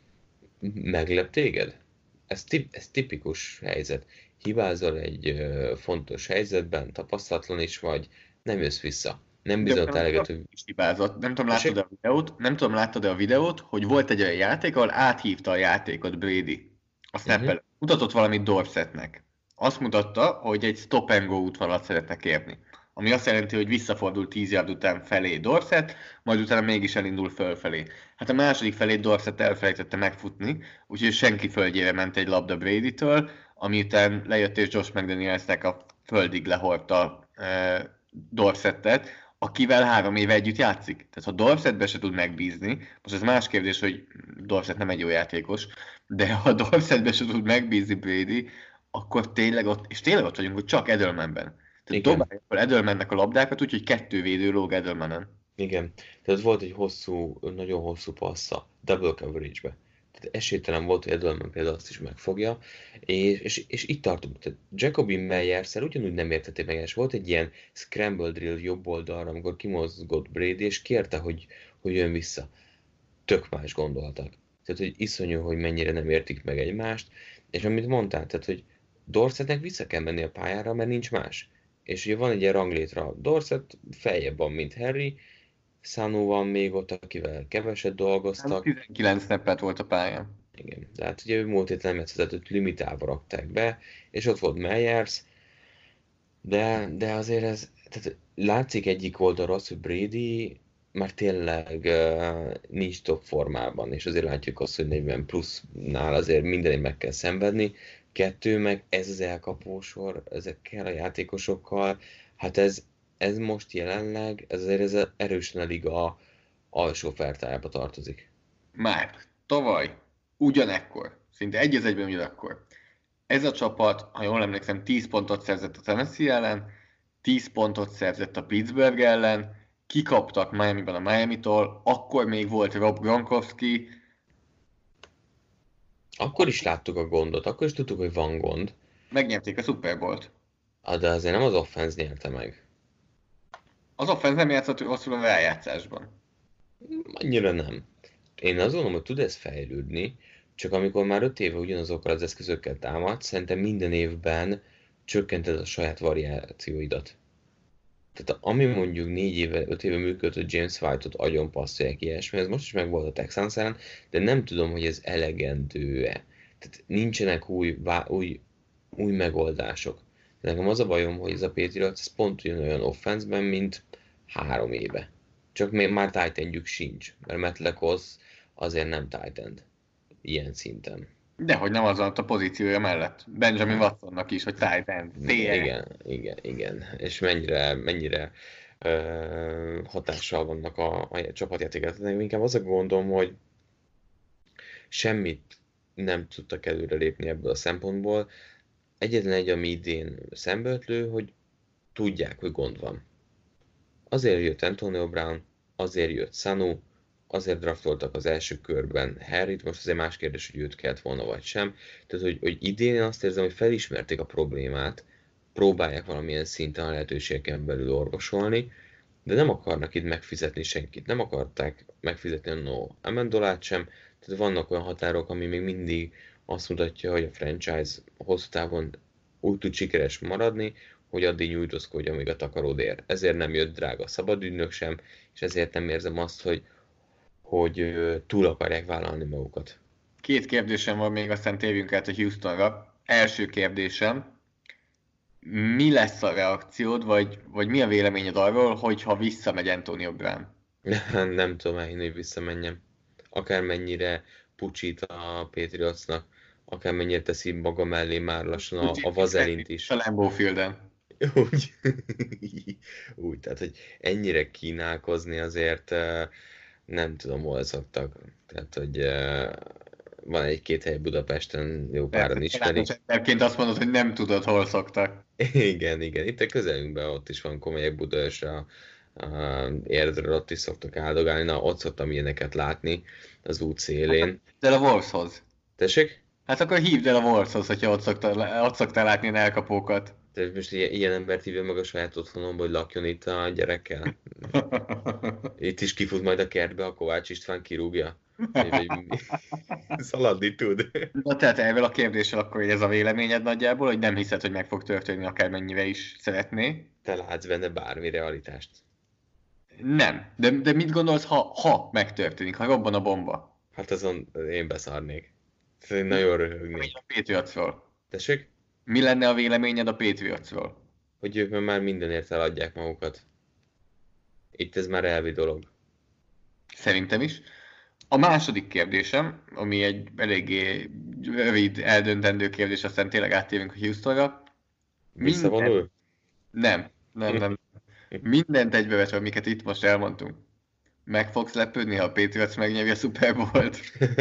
Meglep téged? Ez tipikus helyzet. Hibázol egy fontos helyzetben, tapasztalatlan is vagy, nem jössz vissza. Nem bizonyos eleget, hogy... hibázott. Nem tudom, láttad-e a videót, hogy volt egy olyan játék, ahol áthívta a játékot Brady. A snappel. Mutatott valamit Dorsetnek. Azt mutatta, hogy egy stop and go útvonalat szeretnek érni. Ami azt jelenti, hogy visszafordul 10 yard után felé Dorset, majd utána mégis elindul fölfelé. Hát a második felé Dorset elfelejtette megfutni, úgyhogy senki földjére ment egy labda Brady-től, ami után lejött és Josh McDanielsnek a földig lehordta Dorsettet, akivel 3 éve együtt játszik. Tehát ha Dorsetbe se tud megbízni, most ez más kérdés, hogy Dorset nem egy jó játékos, de ha Dorsetbe se tud megbízni Brady, akkor tényleg ott vagyunk, hogy csak Edelmanben. Tehát dobálják fel Edelmannek a labdákat, úgyhogy 2 védő lóg Edelmanen. Igen, tehát volt egy nagyon hosszú passza, double coverage-be. Tehát esélytelen volt, hogy Edelman például azt is megfogja, és itt tartunk. Tehát Jacoby Meyers-szel ugyanúgy nem értették meg, és volt egy ilyen scramble drill jobb oldalra, amikor kimozgott Brady, és kérte, hogy jön vissza. Tök más gondoltak. Tehát, hogy iszonyú, hogy mennyire nem értik meg egymást, és amit mondtál, tehát, hogy Dorsetnek vissza kell menni a pályára, mert nincs más. És ugye van egy ilyen ranglétra, Dorset feljebb van, mint Harry, Sanu van még ott, akivel keveset dolgoztak. 19 snappet volt a pályán. Igen, de hát ugye ő múlt hét nem játszhatott, limitálva rakták be, és ott volt Meyers, de azért ez, tehát látszik egyik oldalra az, hogy Brady már tényleg nincs top formában, és azért látjuk azt, hogy 40 plusznál azért mindenért meg kell szenvedni. 2, meg ez az elkapósor, ezekkel a játékosokkal, hát ez most jelenleg, ez erősen a liga alsó fertájába tartozik. Már tavaly ugyanekkor, szinte egy az egyben ugyanakkor. Ez a csapat, ha jól emlékszem, 10 pontot szerzett a Tennessee ellen, 10 pontot szerzett a Pittsburgh ellen, kikaptak Miamiban a Miamitól, akkor még volt Rob Gronkowski. Akkor is láttuk a gondot, akkor is tudtuk, hogy van gond. Megnyerték a Super Bowl-t. De azért nem az offense nyerte meg. Az offense nem játszott rosszul a rájátszásban. Annyira nem. Én azt gondolom, hogy tud ez fejlődni, csak amikor már 5 éve ugyanazokkal az eszközökkel támad, szerintem minden évben csökkented a saját variációidat. Tehát ami mondjuk 4 éve, 5 éve működött, James White-ot agyon passzolják ilyesmi, ez most is meg volt a Texans ellen, de nem tudom, hogy ez elegendő-e. Tehát nincsenek új megoldások. De nekem az a bajom, hogy ez a Patriots ez pont olyan offenszben, mint 3 éve. Csak már tight endjük sincs, mert Matt LaCosse azért nem tight end ilyen szinten. Dehogy nem az a pozíciója mellett. Benjamin Watsonnak is, hogy tight end. Igen. És mennyire hatással vannak a csapatjátékra. Inkább az a gondom, hogy semmit nem tudtak előrelépni ebből a szempontból. Egyetlen egy, ami idén szembeötlő, hogy tudják, hogy gond van. Azért jött Antonio Brown, azért jött Sanu, azért draftoltak az első körben Harryt, most azért más kérdés, hogy őt kellett volna vagy sem. Tehát, hogy idén azt érzem, hogy felismerték a problémát, próbálják valamilyen szinten a lehetőségeken belül orvosolni, de nem akarnak itt megfizetni senkit. Nem akarták megfizetni a No Amendolát sem, tehát vannak olyan határok, ami még mindig azt mutatja, hogy a franchise hosszú távon úgy tud sikeres maradni, hogy addig nyújtózkodja, amíg a takaród ér. Ezért nem jött drága szabadügynök sem, és ezért nem érzem azt, hogy túl akarják vállalni magukat. 2 kérdésem van még, aztán térjünk át a Houstonra. Első kérdésem, mi lesz a reakciód, vagy mi a véleményed arról, hogyha visszamegy Antonio Brown? Nem tudom elhinni, hogy visszamenjem. Akármennyire pucsít a Patriotsnak, akármennyire teszi maga mellé már lassan a vazelint is. A Lambeau Fielden. Úgy, tehát, hogy ennyire kínálkozni azért nem tudom, hol szoktak. Tehát, hogy van egy-két hely Budapesten, jó páran ismerik. Egyébként azt mondod, hogy nem tudod, hol szoktak. Igen. Itt a közelünkben ott is van komolyabb Budaörsre, Érdről ott is szoktak áldogálni. Na, ott szoktam ilyeneket látni az út szélén. De a Wolveshoz. Tessék? Hát akkor hívd el a Wolveshoz, hogyha ott szoktál látni az elkapókat. Tehát most ilyen embert hívja meg a saját otthonomba, hogy lakjon itt a gyerekkel. Itt is kifut majd a kertbe, a Kovács István kirúgja. Szaladni tud. Na tehát ezzel a kérdéssel akkor ez a véleményed nagyjából, hogy nem hiszed, hogy meg fog történni, akármennyire is szeretné? Te látsz benne bármi realitást? Nem. De mit gondolsz, ha megtörténik, ha robban a bomba? Hát azon én beszarnék. Szerintem nagyon röhögnék. A Patriotsról. Tessék? Mi lenne a véleményed a Patriotsról? Hogy ők már mindenért eladják magukat. Itt ez már elvi dolog. Szerintem is. A második kérdésem, ami egy eléggé rövid, eldöntendő kérdés, aztán tényleg áttérünk a Houstonra. Visszavonul? Nem. Mindent egybevetve, amiket itt most elmondtunk. Meg fogsz lepődni, ha a Patriots megnyeri a Super Bowl-t?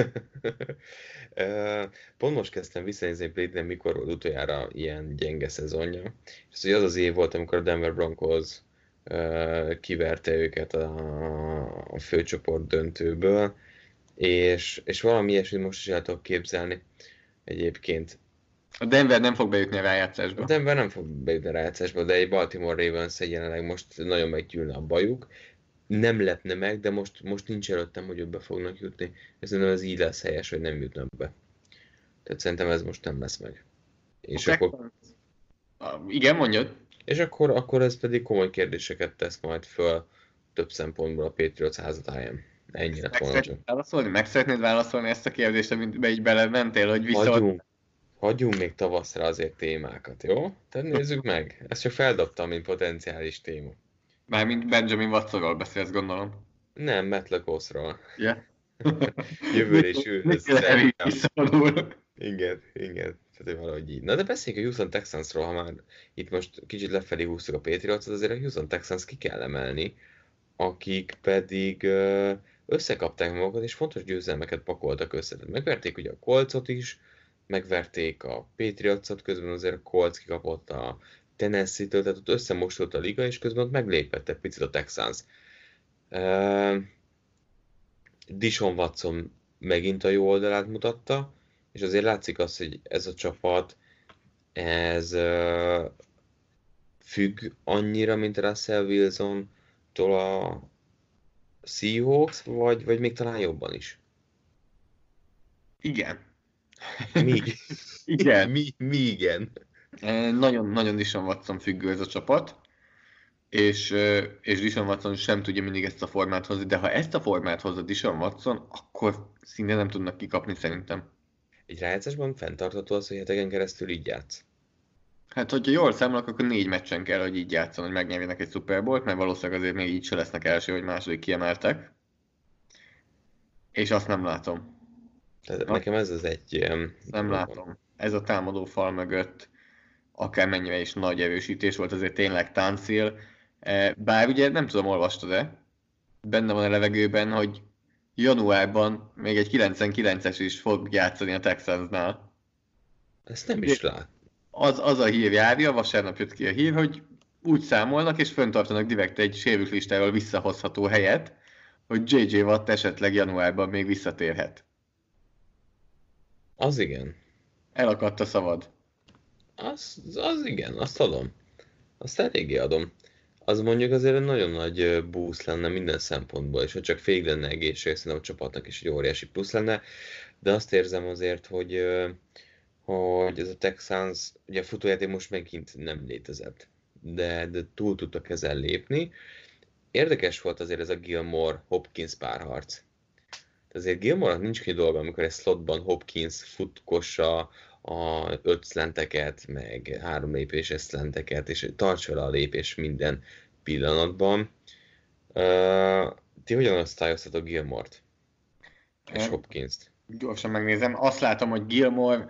Pont most kezdtem visszanézni Brady-nek, mikor volt utoljára ilyen gyenge szezonja. És az az év volt, amikor a Denver Broncos kiverte őket a főcsoport döntőből, és valami ilyesmit most is el tudok képzelni egyébként. A Denver nem fog bejutni a rájátszásba. A Denver nem fog bejutni a rájátszásba, de egy Baltimore Ravens jelenleg most nagyon meggyűlne a bajuk. Nem lepne meg, de most nincs előttem, hogy ők be fognak jutni. Ez így lesz helyes, hogy nem jutnak be. Tehát szerintem ez most nem lesz meg. És akkor... Igen, mondjad. És akkor ez pedig komoly kérdéseket tesz majd föl több szempontból a Patriots házatáján. Ennyi lett volna csak. Meg szeretnéd válaszolni ezt a kérdést, amit így belementél, hogy Hagyjunk még tavaszra azért témákat, jó? Tehát nézzük meg. Ezt csak feldobtam, mint potenciális téma. Mármint Benjamin Watsonról beszélsz, gondolom. Nem, Matt LaCosse-ról. Yeah. Jövőre is ül. Igen. Tehát valahogy így. Na de beszéljünk a Houston Texansról, ha már itt most kicsit lefelé húztuk a Patriots-ot, azért a Houston Texans ki kell emelni, akik pedig összekapták magukat, és fontos győzelmeket pakoltak össze. Tehát megverték ugye a Coltsot is, megverték a Patriots-ot, közben azért a Colts kikapott a Tennessee-től, tehát ott összemosult a liga, és közben ott meglépett egy picit a Texans. Deshaun Watson megint a jó oldalát mutatta, és azért látszik az, hogy ez a csapat, ez függ annyira, mint Russell Wilson-tól a Seahawks, vagy még talán jobban is? Igen. Igen. Mi igen? Nagyon Deshaun Watson függő ez a csapat, és Deshaun Watson sem tudja mindig ezt a formát hozni, de ha ezt a formát hozza Deshaun Watson, akkor szinte nem tudnak kikapni szerintem. Egy rájátszásban fenntartható az, hogy heteken keresztül így játsz? Hát, hogyha jól számolok, akkor 4 meccsen kell, hogy így játszon, hogy megnyerjenek egy Super Bowl-t, mert valószínűleg azért még így se lesznek első vagy második kiemeltek. És azt nem látom. Tehát nekem ez az egy... Nem látom. Ez a támadó fal mögött akármennyire is nagy erősítés volt, azért tényleg táncél. Bár ugye nem tudom, olvastad-e? Benne van a levegőben, hogy januárban még egy 99-es is fog játszani a Texansnál. Ezt nem is lát. Az a hír járja, vasárnap jött ki a hír, hogy úgy számolnak és fenntartanak direkt egy sérült listáról visszahozható helyet, hogy J.J. Watt esetleg januárban még visszatérhet. Az igen. Elakadt a szavad. Az igen, azt adom. Azt eléggé adom. Az mondjuk azért egy nagyon nagy boost lenne minden szempontból, és ha csak félig lenne egészség, szerintem a csapatnak is egy óriási plusz lenne, de azt érzem azért, hogy ez a Texans, ugye a futójáték most megint nem létezett, de túl tudtak ezzel lépni. Érdekes volt azért ez a Gilmore-Hopkins párharc. Azért Gilmore-nak nincs ki dolga, amikor egy slotban Hopkins futkossa a 5 szlenteket, meg 3 lépéses szlenteket, és tartsa le a lépés minden pillanatban. Ti hogyan osztályoztatok Gilmore-t és Hopkins-t? Gyorsan megnézem. Azt látom, hogy Gilmore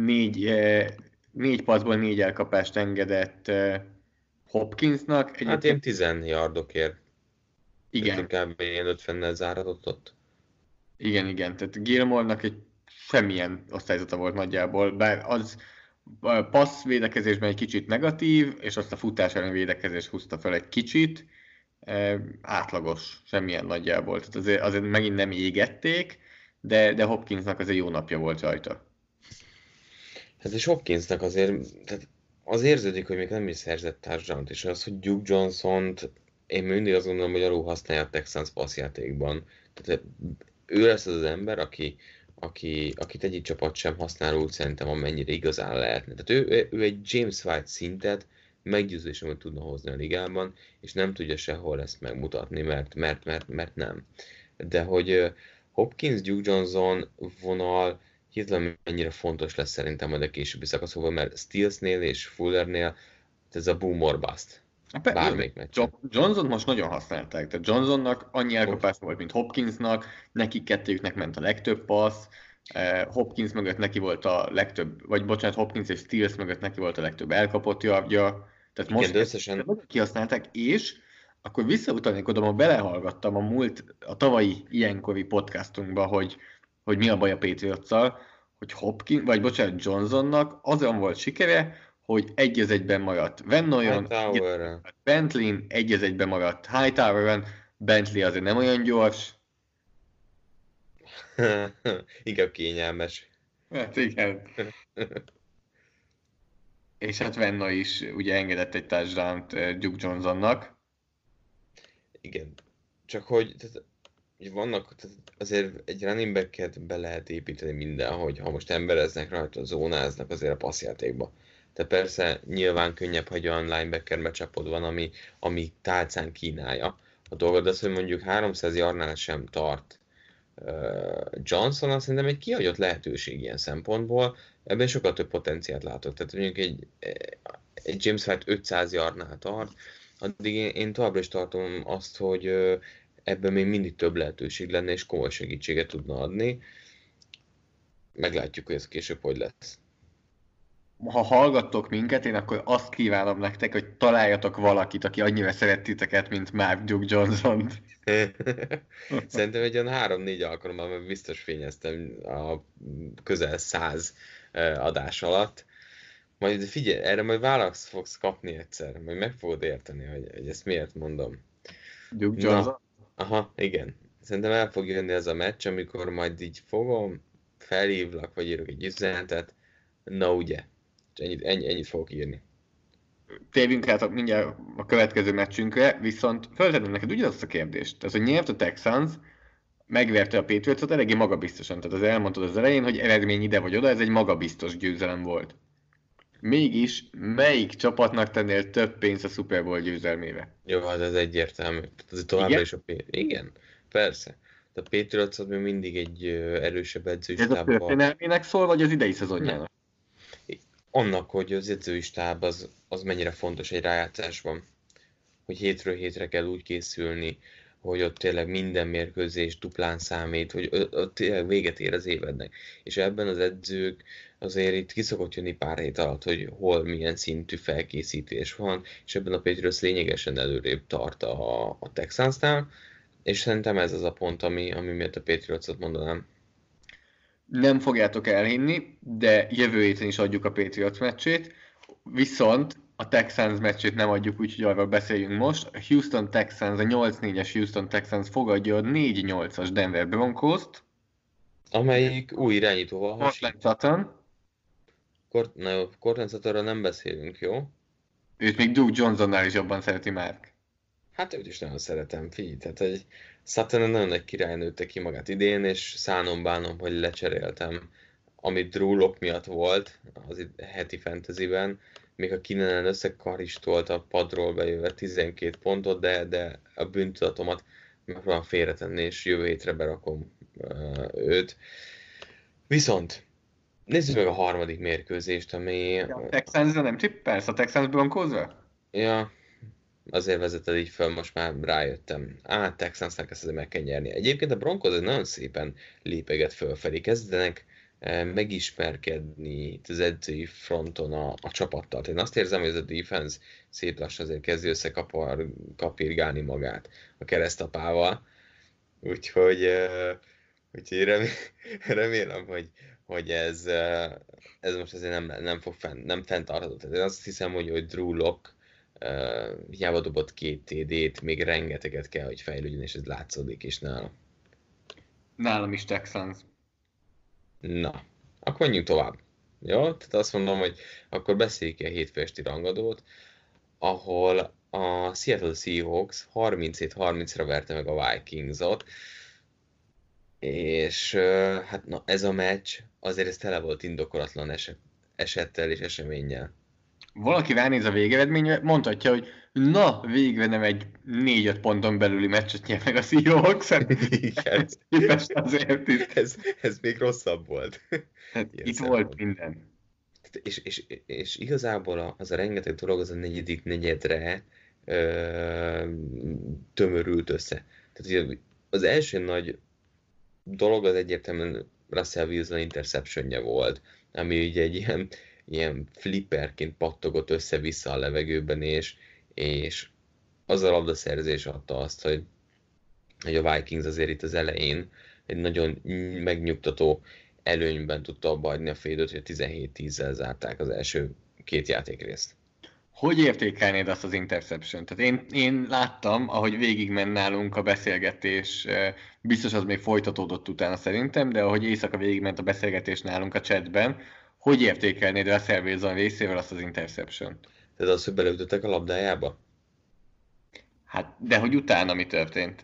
4 passzból 4 elkapást engedett Hopkinsnak. Hát én 10 yardokért. Igen. Inkább ilyen 50-nel záratott ott. Igen. Tehát Gilmore-nak egy semmilyen osztályzata volt nagyjából, bár az passz védekezésben egy kicsit negatív, és azt a futás ellen védekezés húzta fel egy kicsit, átlagos, semmilyen nagyjából. Tehát azért megint nem égették, de Hopkinsnak az egy jó napja volt rajta. Hát és Hopkinsnak azért, tehát az érződik, hogy még nem is szerzett touchdown-t, és az, hogy Duke Johnson-t én mindig azt gondolom, hogy alul használja a Texans passzjátékban. Tehát ő lesz az ember, akit egyik csapat sem használ úgy szerintem, amennyire igazán lehetne. Tehát ő egy James White szintet meggyőzésem, hogy tudna hozni a ligában, és nem tudja sehol ezt megmutatni, mert nem. De hogy Hopkins, Duke Johnson vonal hirtelen mennyire fontos lesz szerintem majd a későbbi szakaszokban, mert Stills-nél és Fullernél ez a boom or bust. Bármelyik meccsen. Johnson most nagyon használták, tehát Johnsonnak annyi elkapás volt, mint Hopkinsnak, neki kettőjüknek ment a legtöbb passz, Hopkins mögött neki volt a legtöbb, Hopkins és Stills mögött neki volt a legtöbb elkapott javja, tehát most összesen kihasználták, és akkor visszautalnék oda, ma belehallgattam a tavalyi ilyenkori podcastunkba, hogy mi a baj a Patriots-szal, hogy Johnsonnak azon volt sikere, hogy 1-1-ben maradt Van Noyon, Bentley 1-1-ben maradt Hightower-en, Bentley azért nem olyan gyors. Inkább kényelmes. Hát igen. És hát Venna is ugye engedett egy touchdown-t Duke Johnsonnak. Igen. Csak hogy vannak, azért egy running back-et be lehet építeni mindenhogy, ha most embereznek rajta, zónáznak azért a passzjátékba. De persze nyilván könnyebb, hogy olyan linebacker matchupod van, ami tálcán kínálja a dolgot, de az, hogy mondjuk 300 yardnál sem tart Johnson, azt szerintem egy kihagyott lehetőség ilyen szempontból, ebben sokkal több potenciált látok. Tehát mondjuk egy James White 500 yardnál tart, addig én továbbra is tartom azt, hogy ebben még mindig több lehetőség lenne, és komoly segítséget tudna adni. Meglátjuk, hogy ez később hogy lesz. Ha hallgattok minket, én akkor azt kívánom nektek, hogy találjatok valakit, aki annyira szeret titeket, mint Mark Duke Johnson-t. Szerintem egy olyan 3-4 alkalommal már biztos fényeztem a közel 100 adás alatt. Majd figyelj, erre majd választ fogsz kapni egyszer, majd meg fogod érteni, hogy ezt miért mondom. Duke Johnson? Aha, igen. Szerintem el fog jönni ez a meccs, amikor majd így fogom, felhívlak, vagy írok egy üzenetet. Na ugye, ennyit fogok írni. Térjünk át mindjárt a következő meccsünkre, viszont föltenném neked ugyanazt a kérdést. Tehát, hogy nyert a Texans, megverte a Patriots-ot eléggé magabiztosan. Tehát az elmondtad az elején, hogy eredmény ide vagy oda, ez egy magabiztos győzelem volt. Mégis, melyik csapatnak tennél több pénzt a Super Bowl győzelmére? Jó, hát ez egyértelmű. Tehát továbbra is igen, persze. De a Patriots még mindig egy erősebb edzőstábbal. Ez a történelmének szól, vagy az idei szezonjának? Annak, hogy az edzői stáb az mennyire fontos egy rájátszásban. Hogy hétről hétre kell úgy készülni, hogy ott tényleg minden mérkőzés duplán számít, hogy ott tényleg véget ér az évednek. És ebben az edzők azért itt ki szokott jönni pár hét alatt, hogy hol milyen szintű felkészítés van, és ebben a Patriots lényegesen előrébb tart a Texansnál, és szerintem ez az a pont, ami miatt a Patriotsot mondanám. Nem fogjátok elhinni, de jövő héten is adjuk a Patriots meccsét, viszont a Texans meccsét nem adjuk, úgyhogy arról beszéljünk most. A Houston Texans, a 8-4-es Houston Texans fogadja a 4-8-as Denver Broncos-t. Amelyik új irányítóval hasonlít. Courtland Suttonról nem beszélünk, jó? Őt még Duke Johnsonnál is jobban szereti Mark. Hát őt is nagyon szeretem, figyelj. Tehát egy Sutton nagyon nagy király nőtte ki magát idén, és bánom, hogy lecseréltem, amit Drew Lock miatt volt az heti fantasyben, még a Keenan összekaristolt a padról bejöve 12 pontot, de a bűntudatomat megpróbálom félretenni, és jövő hétre berakom őt. Viszont nézzük meg a harmadik mérkőzést, ami... A Texansra nem tippelsz? A Texans Broncosra? Ja, azért vezeted így föl, most már rájöttem. Texansnak ezt azért meg kell nyerni. Egyébként a Broncos nagyon szépen lépeget fölfelé, kezdenek megismerkedni az edzői fronton a csapattal. Én azt érzem, hogy ez a defense szép lassan azért kezdi összekapirgálni magát a keresztapával. Úgyhogy remélem, hogy ez most azért nem fog nem fenntartható. Én azt hiszem, hogy Drew Lock hiába dobott 2 TD-t, még rengeteget kell, hogy fejlődjön, és ez látszódik is nálam. Nálam is Texans. Na, akkor menjünk tovább. Jó? Tehát azt mondom, hogy akkor beszéljük a hétfő esti rangadót, ahol a Seattle Seahawks 37-30-ra verte meg a Vikingsot, és hát na, ez a meccs azért ez tele volt indokolatlan esettel és eseménnyel. Valaki ránéz a végeredményre, mondhatja, hogy na, végre nem egy 4-5 ponton belüli meccset nyer meg a Seahawks. Igen. Azért is. Ez még rosszabb volt. Hát itt volt minden. És igazából az a rengeteg dolog az a negyedik negyedre tömörült össze. Tehát az első nagy dolog az egyértelműen Russell Wilson interceptionje volt, ami ugye egy ilyen flipperként pattogott össze-vissza a levegőben, és az a labdaszerzés adta azt, hogy a Vikings azért itt az elején egy nagyon megnyugtató előnyben tudta abba hagyni a félidőt, hogy 17-10-zel zárták az első 2 játékrészt. Hogy értékelnéd azt az interception? Tehát én láttam, ahogy végigment nálunk a beszélgetés, biztos az még folytatódott utána szerintem, de ahogy éjszaka végigment a beszélgetés nálunk a chatben, hogy értékelnéd Russell Wilson részéről azt az interception? Tehát az, hogy beleütöttek a labdájába? Hát, de hogy utána mi történt?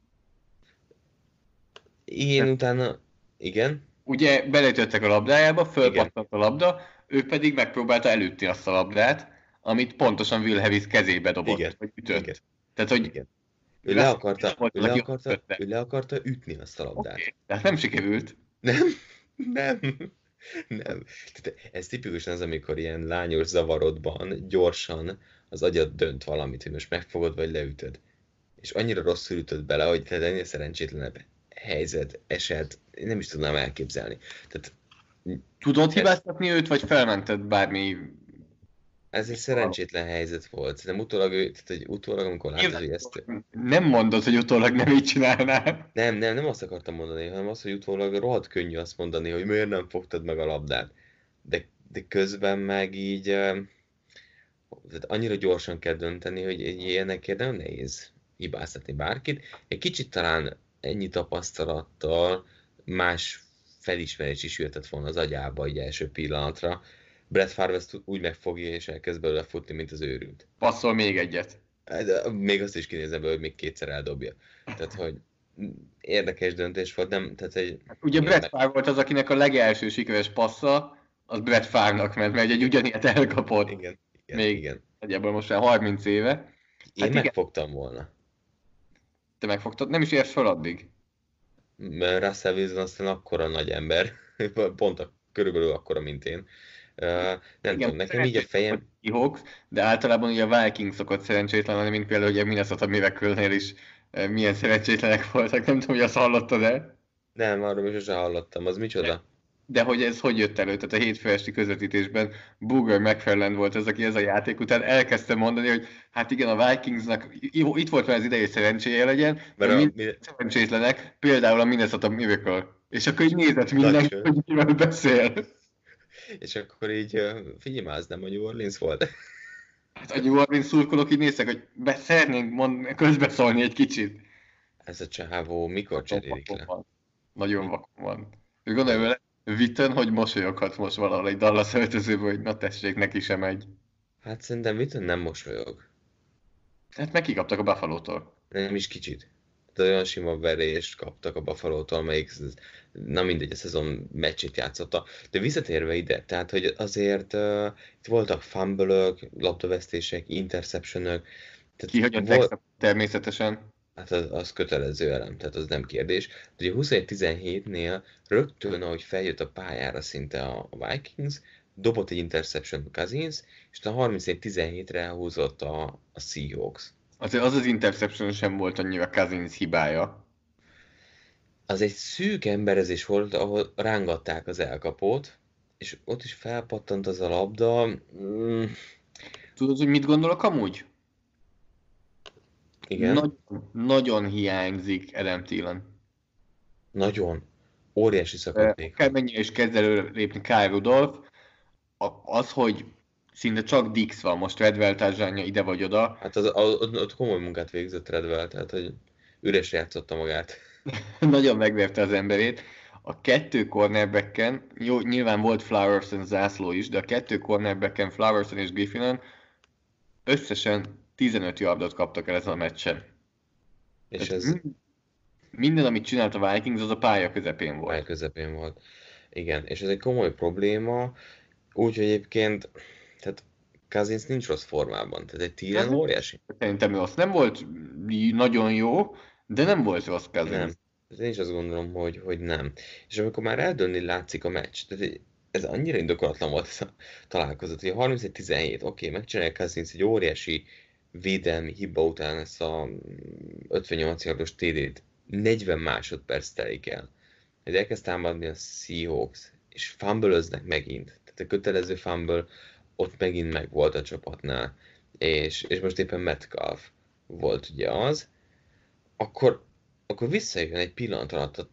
Utána, igen. Ugye beleütöttek a labdájába, fölpattant a labda, ő pedig megpróbálta elütni azt a labdát, amit pontosan Will Levis kezébe dobott, igen, vagy ütött. Igen. Tehát, hogy igen. Ő le akarta ütni azt a labdát. Okay. Tehát nem sikerült. Nem. Tehát ez tipikusan az, amikor ilyen lányos zavarodban gyorsan az agyad dönt valamit, hogy most megfogod, vagy leütöd. És annyira rosszul ütöd bele, hogy tehát ennél szerencsétlenebb helyzet, eset, én nem is tudnám elképzelni. Tehát, tudod hibáztatni őt, vagy felmented bármi? Ez egy szerencsétlen helyzet volt. Nem utólag, amikor látod, hogy ezt... Nem mondod, hogy utólag nem így csinálnál. Nem azt akartam mondani, hanem azt, hogy utólag rohadt könnyű azt mondani, hogy miért nem fogtad meg a labdát. De közben meg így... Tehát annyira gyorsan kell dönteni, hogy ilyenekért nem nehéz hibáztatni bárkit. Egy kicsit talán ennyi tapasztalattal más felismerés is jöhetett volna az agyába egy első pillanatra. Brett Favre ezt úgy megfogja, és elkezd belőle futni, mint az őrült. Passzol még egyet. De még azt is kinézem belőle, hogy még 2-szer eldobja. Tehát, hogy érdekes döntés volt, nem? Tehát ugye Brett Favre volt az, akinek a legelső sikeres passza, az Brett Favre-nak ment, mert egy ugyanilyet elkapott. Igen. Nagyjából most már 30 éve. Én megfogtam volna. Te megfogtad? Nem is érsz fel addig. Mert Russell Wilson aztán akkora nagy ember, pont körülbelül akkora, mint én. Nem tudom, nekem így a fejem... Hawks, de általában ugye a Vikings szokott szerencsétlen lenni, mint például ugye Minnesota Miracle-nél is milyen szerencsétlenek voltak, nem tudom, hogy azt hallottad-e? Nem, arról is sosem hallottam, az micsoda? De hogy ez hogy jött elő? Tehát a hétfő esti közvetítésben Booger McFarland volt az, aki ez a játék után elkezdte mondani, hogy hát igen, a Vikingsnak itt volt már az ideje, hogy szerencséje legyen, Mert szerencsétlenek, például a Minnesota Miracle. És akkor így nézett mindenki, hogy miről beszél. És akkor így, figyelj már, az nem a New Orleans volt. Hát a New Orleans szurkolók így néztek, hogy szeretnénk közbeszólni egy kicsit. Ez a csávó mikor cserélik le? Nagyon vakon van. Ő gondolja vele, Witten, hogy mosolyoghat most valahol egy Dallas öltözőből, hogy na tessék, neki sem megy. Hát szerintem Witten nem mosolyog. Hát meg kikaptak a Buffalo-tól. Nem is kicsit. De olyan sima verést kaptak a Buffalo-tól, amelyik, na mindegy, a szezon meccsét játszotta. De visszatérve ide, tehát, hogy azért itt voltak fumble-ök, labdavesztések, interception-ök. Kihagyott természetesen. Hát az kötelező elem, tehát az nem kérdés. De ugye 21-17-nél rögtön, ahogy feljött a pályára szinte a Vikings, dobott egy interception Cousins, és a 31-17-re húzott a Seahawks. Azért az interception sem volt annyira Cousins hibája. Az egy szűk emberezés volt, ahol rángatták az elkapót, és ott is felpattant az a labda. Tudod, hogy mit gondolok amúgy? Igen. Nagyon hiányzik Adam Thielen. Nagyon. Óriási szakadék. Kell mennyire is kezd előrépni Kyle Rudolph. Az, hogy szinte csak Dix van most, Redwell társadalja ide vagy oda. Hát ott komoly munkát végzett Redwell, tehát hogy üresre játszotta magát. Nagyon megverte az emberét. A 2 cornerbacken, jó, nyilván volt Flowerson zászló is, de a 2 cornerbacken, Flowerson és Griffinen összesen 15 yardot kaptak el ezen a meccsen. És ez... Minden, amit csinált a Vikings, az a pálya közepén volt. Pálya közepén volt. Igen, és ez egy komoly probléma, úgyhogy egyébként, tehát Cousins nincs rossz formában, tehát egy Thielen óriási. Szerintem rossz. Nem volt nagyon jó, de nem volt rossz Cousins. Nem. Én is azt gondolom, hogy nem. És amikor már eldőlni látszik a meccs, tehát ez annyira indokolatlan volt ez a találkozat, hogy a 31-17, oké, megcsinálja Cousins egy óriási védelmi hiba után ezt a 58 yardos TD-t 40 másodperc telik el. Hogy elkezd támadni a Seahawks, és fumble-öznek megint. Tehát a kötelező fumble ott megint meg volt a csapatnál. És most éppen Metcalf volt ugye az. Akkor visszajön egy pillanat alatt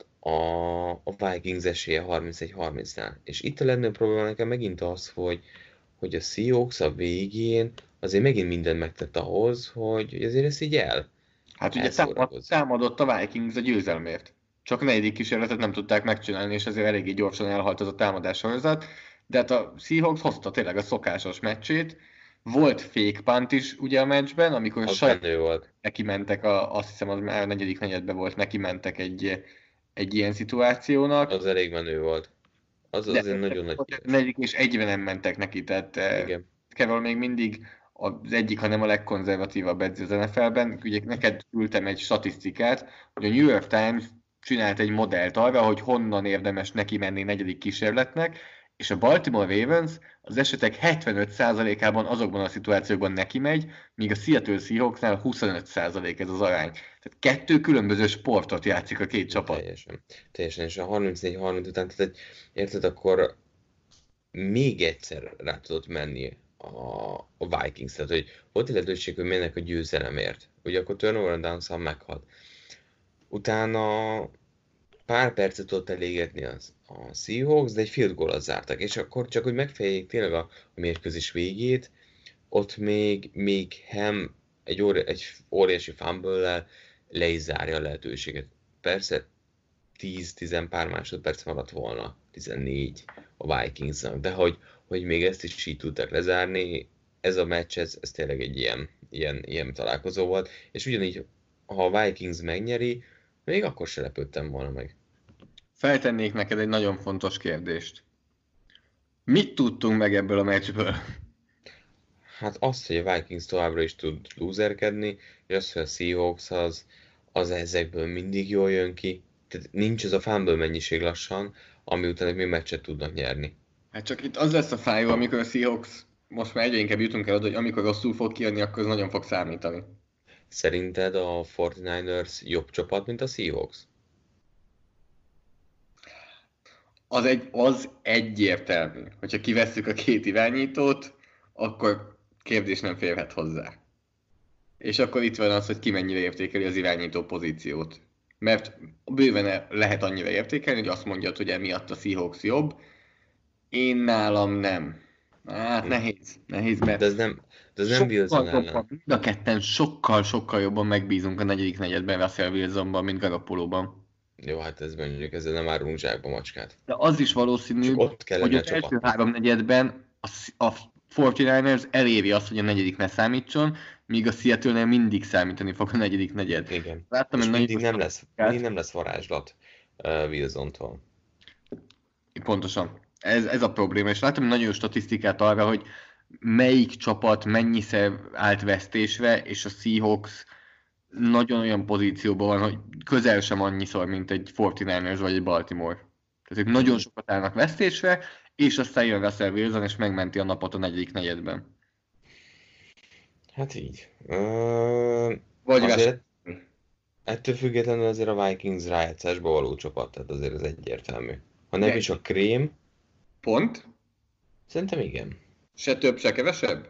a Vikings esélye 31-30-nál. És itt a legnagyobb probléma nekem megint az, hogy a Seahawks a végén azért megint mindent megtett ahhoz, hogy azért ezt így Hát ugye támadott a Vikings a győzelmért. Csak a 4. kísérletet nem tudták megcsinálni, és azért eléggé gyorsan elhalt az a támadás sorozat. De hát a Seahawks hozta tényleg a szokásos meccsét. Volt fake punt is ugye a meccsben, amikor volt. Neki mentek, azt hiszem az már a 4. negyedben volt, neki mentek egy ilyen szituációnak. Az elég menő volt. Az azért nagyon nagy kérdés. 4. és egyben nem mentek neki, tehát Carroll még mindig az egyik, hanem a legkonzervatívabb edző az NFL-ben. Ugye neked küldtem egy statisztikát, hogy a New York Times csinált egy modellt arra, hogy honnan érdemes neki menni 4. kísérletnek, és a Baltimore Ravens az esetek 75%-ában azokban a szituációkban neki megy, míg a Seattle Seahawksnál 25% ez az arány. Tehát 2 különböző sportot játszik a 2 csapat. Teljesen, és a 34-30 után, tehát érted, akkor még egyszer rá tudott menni a Vikings, tehát hogy volt lehetőség, hogy mennek a győzelemért. Ugye akkor turnover and downs-al meghalt. Utána pár percet tudott elégetni a Seahawks, de egy field goal-al zártak, és akkor csak, hogy megfejeljék tényleg a mérkőzés végét, ott még Ham egy óriási fumble-lel le is zárja a lehetőséget. Persze 10 pár másodperc maradt volna, 14 a Vikingsnak, de hogy még ezt is így tudták lezárni, ez a meccs, ez tényleg egy ilyen találkozó volt, és ugyanígy, ha a Vikings megnyeri, még akkor se lepődtem volna meg. Feltennék neked egy nagyon fontos kérdést. Mit tudtunk meg ebből a meccsből? Hát azt, hogy a Vikings továbbra is tud lúzerkedni, és azt, hogy a Seahawks az ezekből mindig jól jön ki. Tehát nincs az a fumble mennyiség lassan, ami után még meccset tudnak nyerni. Hát csak itt az lesz a fájó, amikor a Seahawks, most már egyre inkább jutunk el oda, hogy amikor rosszul fog kijönni, akkor az nagyon fog számítani. Szerinted a 49ers jobb csapat, mint a Seahawks? Az egyértelmű. Hogyha kivesszük a két irányítót, akkor kérdés nem férhet hozzá. És akkor itt van az, hogy ki mennyire értékeli az irányító pozíciót. Mert bőven lehet annyira értékelni, hogy azt mondjad, hogy emiatt a Seahawks jobb. Én nálam nem. Hát nehéz, mert... De ez nem Wilson ellen. Mind a ketten sokkal jobban megbízunk a negyedik negyedben Russell Wilsonban, mint Garoppolóban. Jó, hát ez mondjuk, ezzel nem árulunk zsákba macskát. De az is valószínű, hogy az első három negyedben a 49ers eléri azt, hogy a negyedik ne számítson, míg a Seattle-nél mindig számítani fog a negyedik negyed. Igen. Láttam, és mindig nem lesz varázslat Wilsontól. Pontosan. Ez a probléma, és láttam nagyon jó statisztikát arra, hogy melyik csapat mennyiszer állt vesztésre, és a Seahawks nagyon olyan pozícióban van, hogy közel sem annyiszor, mint egy 49ers vagy egy Baltimore. Tehát ők nagyon sokat állnak vesztésre, és aztán jön Russell Wilson, és megmenti a napot a negyedik negyedben. Hát így. Vagy azért, ettől függetlenül azért a Vikings rájátszásba való csapat, tehát azért ez egyértelmű. Ha nem is a krém... Pont? Szerintem igen. Se több, se kevesebb?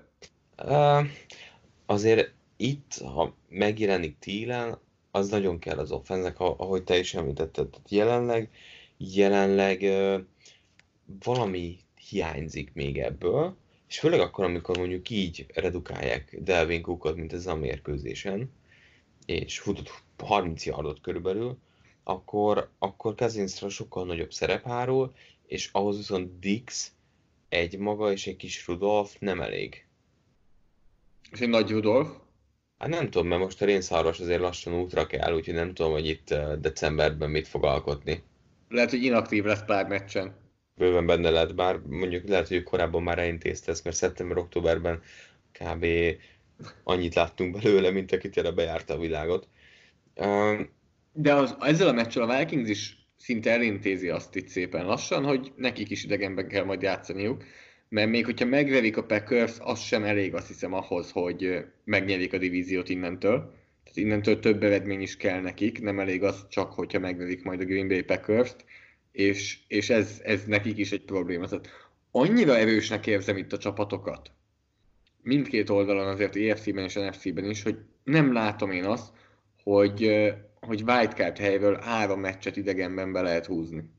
Azért itt, ha megjelenik Thielen, az nagyon kell az offense-nek, ahogy te is említetted. Jelenleg valami hiányzik még ebből, és főleg akkor, amikor mondjuk így redukálják Dalvin Cookot, mint ezen a mérkőzésen, és futott 30 yardot körülbelül, akkor Cousinsra sokkal nagyobb szerep hárul, és ahhoz viszont Dix egy maga és egy kis Rudolph nem elég. És egy nagy Rudolph? Hát nem tudom, mert most a rénszarvas azért lassan útra kell, úgyhogy nem tudom, hogy itt decemberben mit fog alkotni. Lehet, hogy inaktív lesz pár meccsen. Bőven benne lehet, bár mondjuk lehet, hogy korábban már elintézte ezt, mert szeptember-októberben kb. Annyit láttunk belőle, mint aki tényleg bejárta a világot. De ezzel a meccsel a Vikings is szinte elintézi azt itt szépen lassan, hogy nekik is idegenben kell majd játszaniuk, mert még hogyha megverik a Packers, az sem elég, azt hiszem, ahhoz, hogy megnyerik a divíziót innentől. Tehát innentől több eredmény is kell nekik, nem elég az csak, hogyha megverik majd a Green Bay Packers-t, és ez nekik is egy probléma. Tehát annyira erősnek érzem itt a csapatokat, mindkét oldalon azért EFC-ben és NFC-ben is, hogy nem látom én azt, hogy wildcard helyről 3 meccset idegenben be lehet húzni.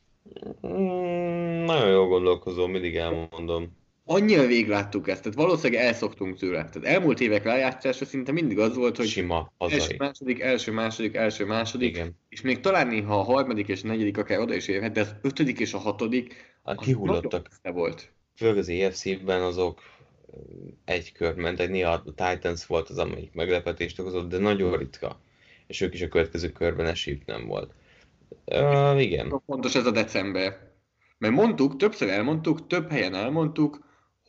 Nagyon jól gondolkozom, mindig elmondom. Annyira rég láttuk ezt, tehát valószínűleg elszoktunk tőle. Tehát elmúlt évek rájátszása szinte mindig az volt, hogy sima, első, második, igen. És még talán néha a harmadik és a negyedik akár oda is érhet, de az 5. és a 6. kihullottak. Volt. Főleg az EFC-ben azok egy kör mentek, néha a Titans volt az, amelyik meglepetést okozott, de nagyon ritka. És ők is a következő körben esélyük nem volt. Igen. Fontos ez a december. Mert többször elmondtuk, több helyen elmondtuk,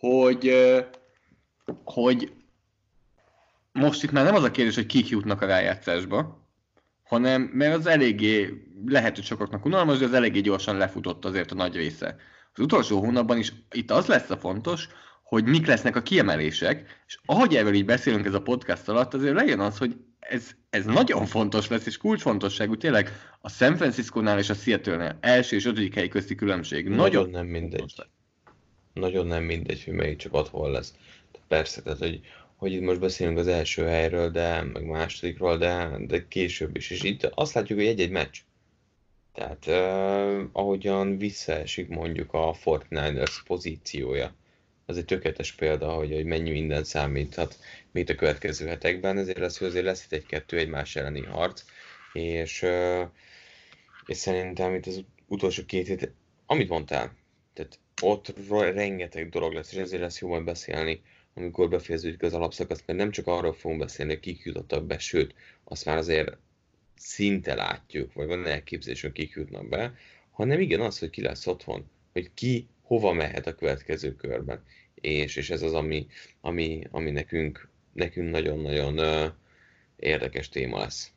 hogy most itt már nem az a kérdés, hogy kik jutnak a rájátszásba, hanem mert az eléggé, lehet, hogy sokaknak unalmas, de az eléggé gyorsan lefutott azért a nagy része. Az utolsó hónapban is itt az lesz a fontos, hogy mik lesznek a kiemelések, és ahogy erről így beszélünk ez a podcast alatt, azért legyen az, hogy ez nagyon fontos lesz, és kulcsfontosságú tényleg a San Francisco-nál és a Seattle-nél első és 5. hely közti különbség. Nagyon nem mindegy. Nagyon nem mindegy, hogy melyik csapat hol lesz. Persze, tehát, hogy itt most beszélünk az első helyről, de meg másodikról, de később is. És itt azt látjuk, hogy egy-egy meccs. Tehát ahogyan visszaesik mondjuk a 49ers pozíciója. Az egy tökéletes példa, hogy mennyi minden számíthat mint a következő hetekben, ezért lesz itt egy-kettő egymás elleni harc, és szerintem itt az utolsó 2 hét, amit mondtál, tehát ott rengeteg dolog lesz, és ezért lesz jó majd beszélni, amikor befejeződik az alapszakasz, mert nem csak arról fogunk beszélni, hogy kik jutottak be, sőt, azt már azért szinte látjuk, vagy van elképzelésünk, kik jutnak be, hanem igen az, hogy ki lesz otthon, hogy ki hova mehet a következő körben. És ez az, ami nekünk nagyon-nagyon érdekes téma lesz.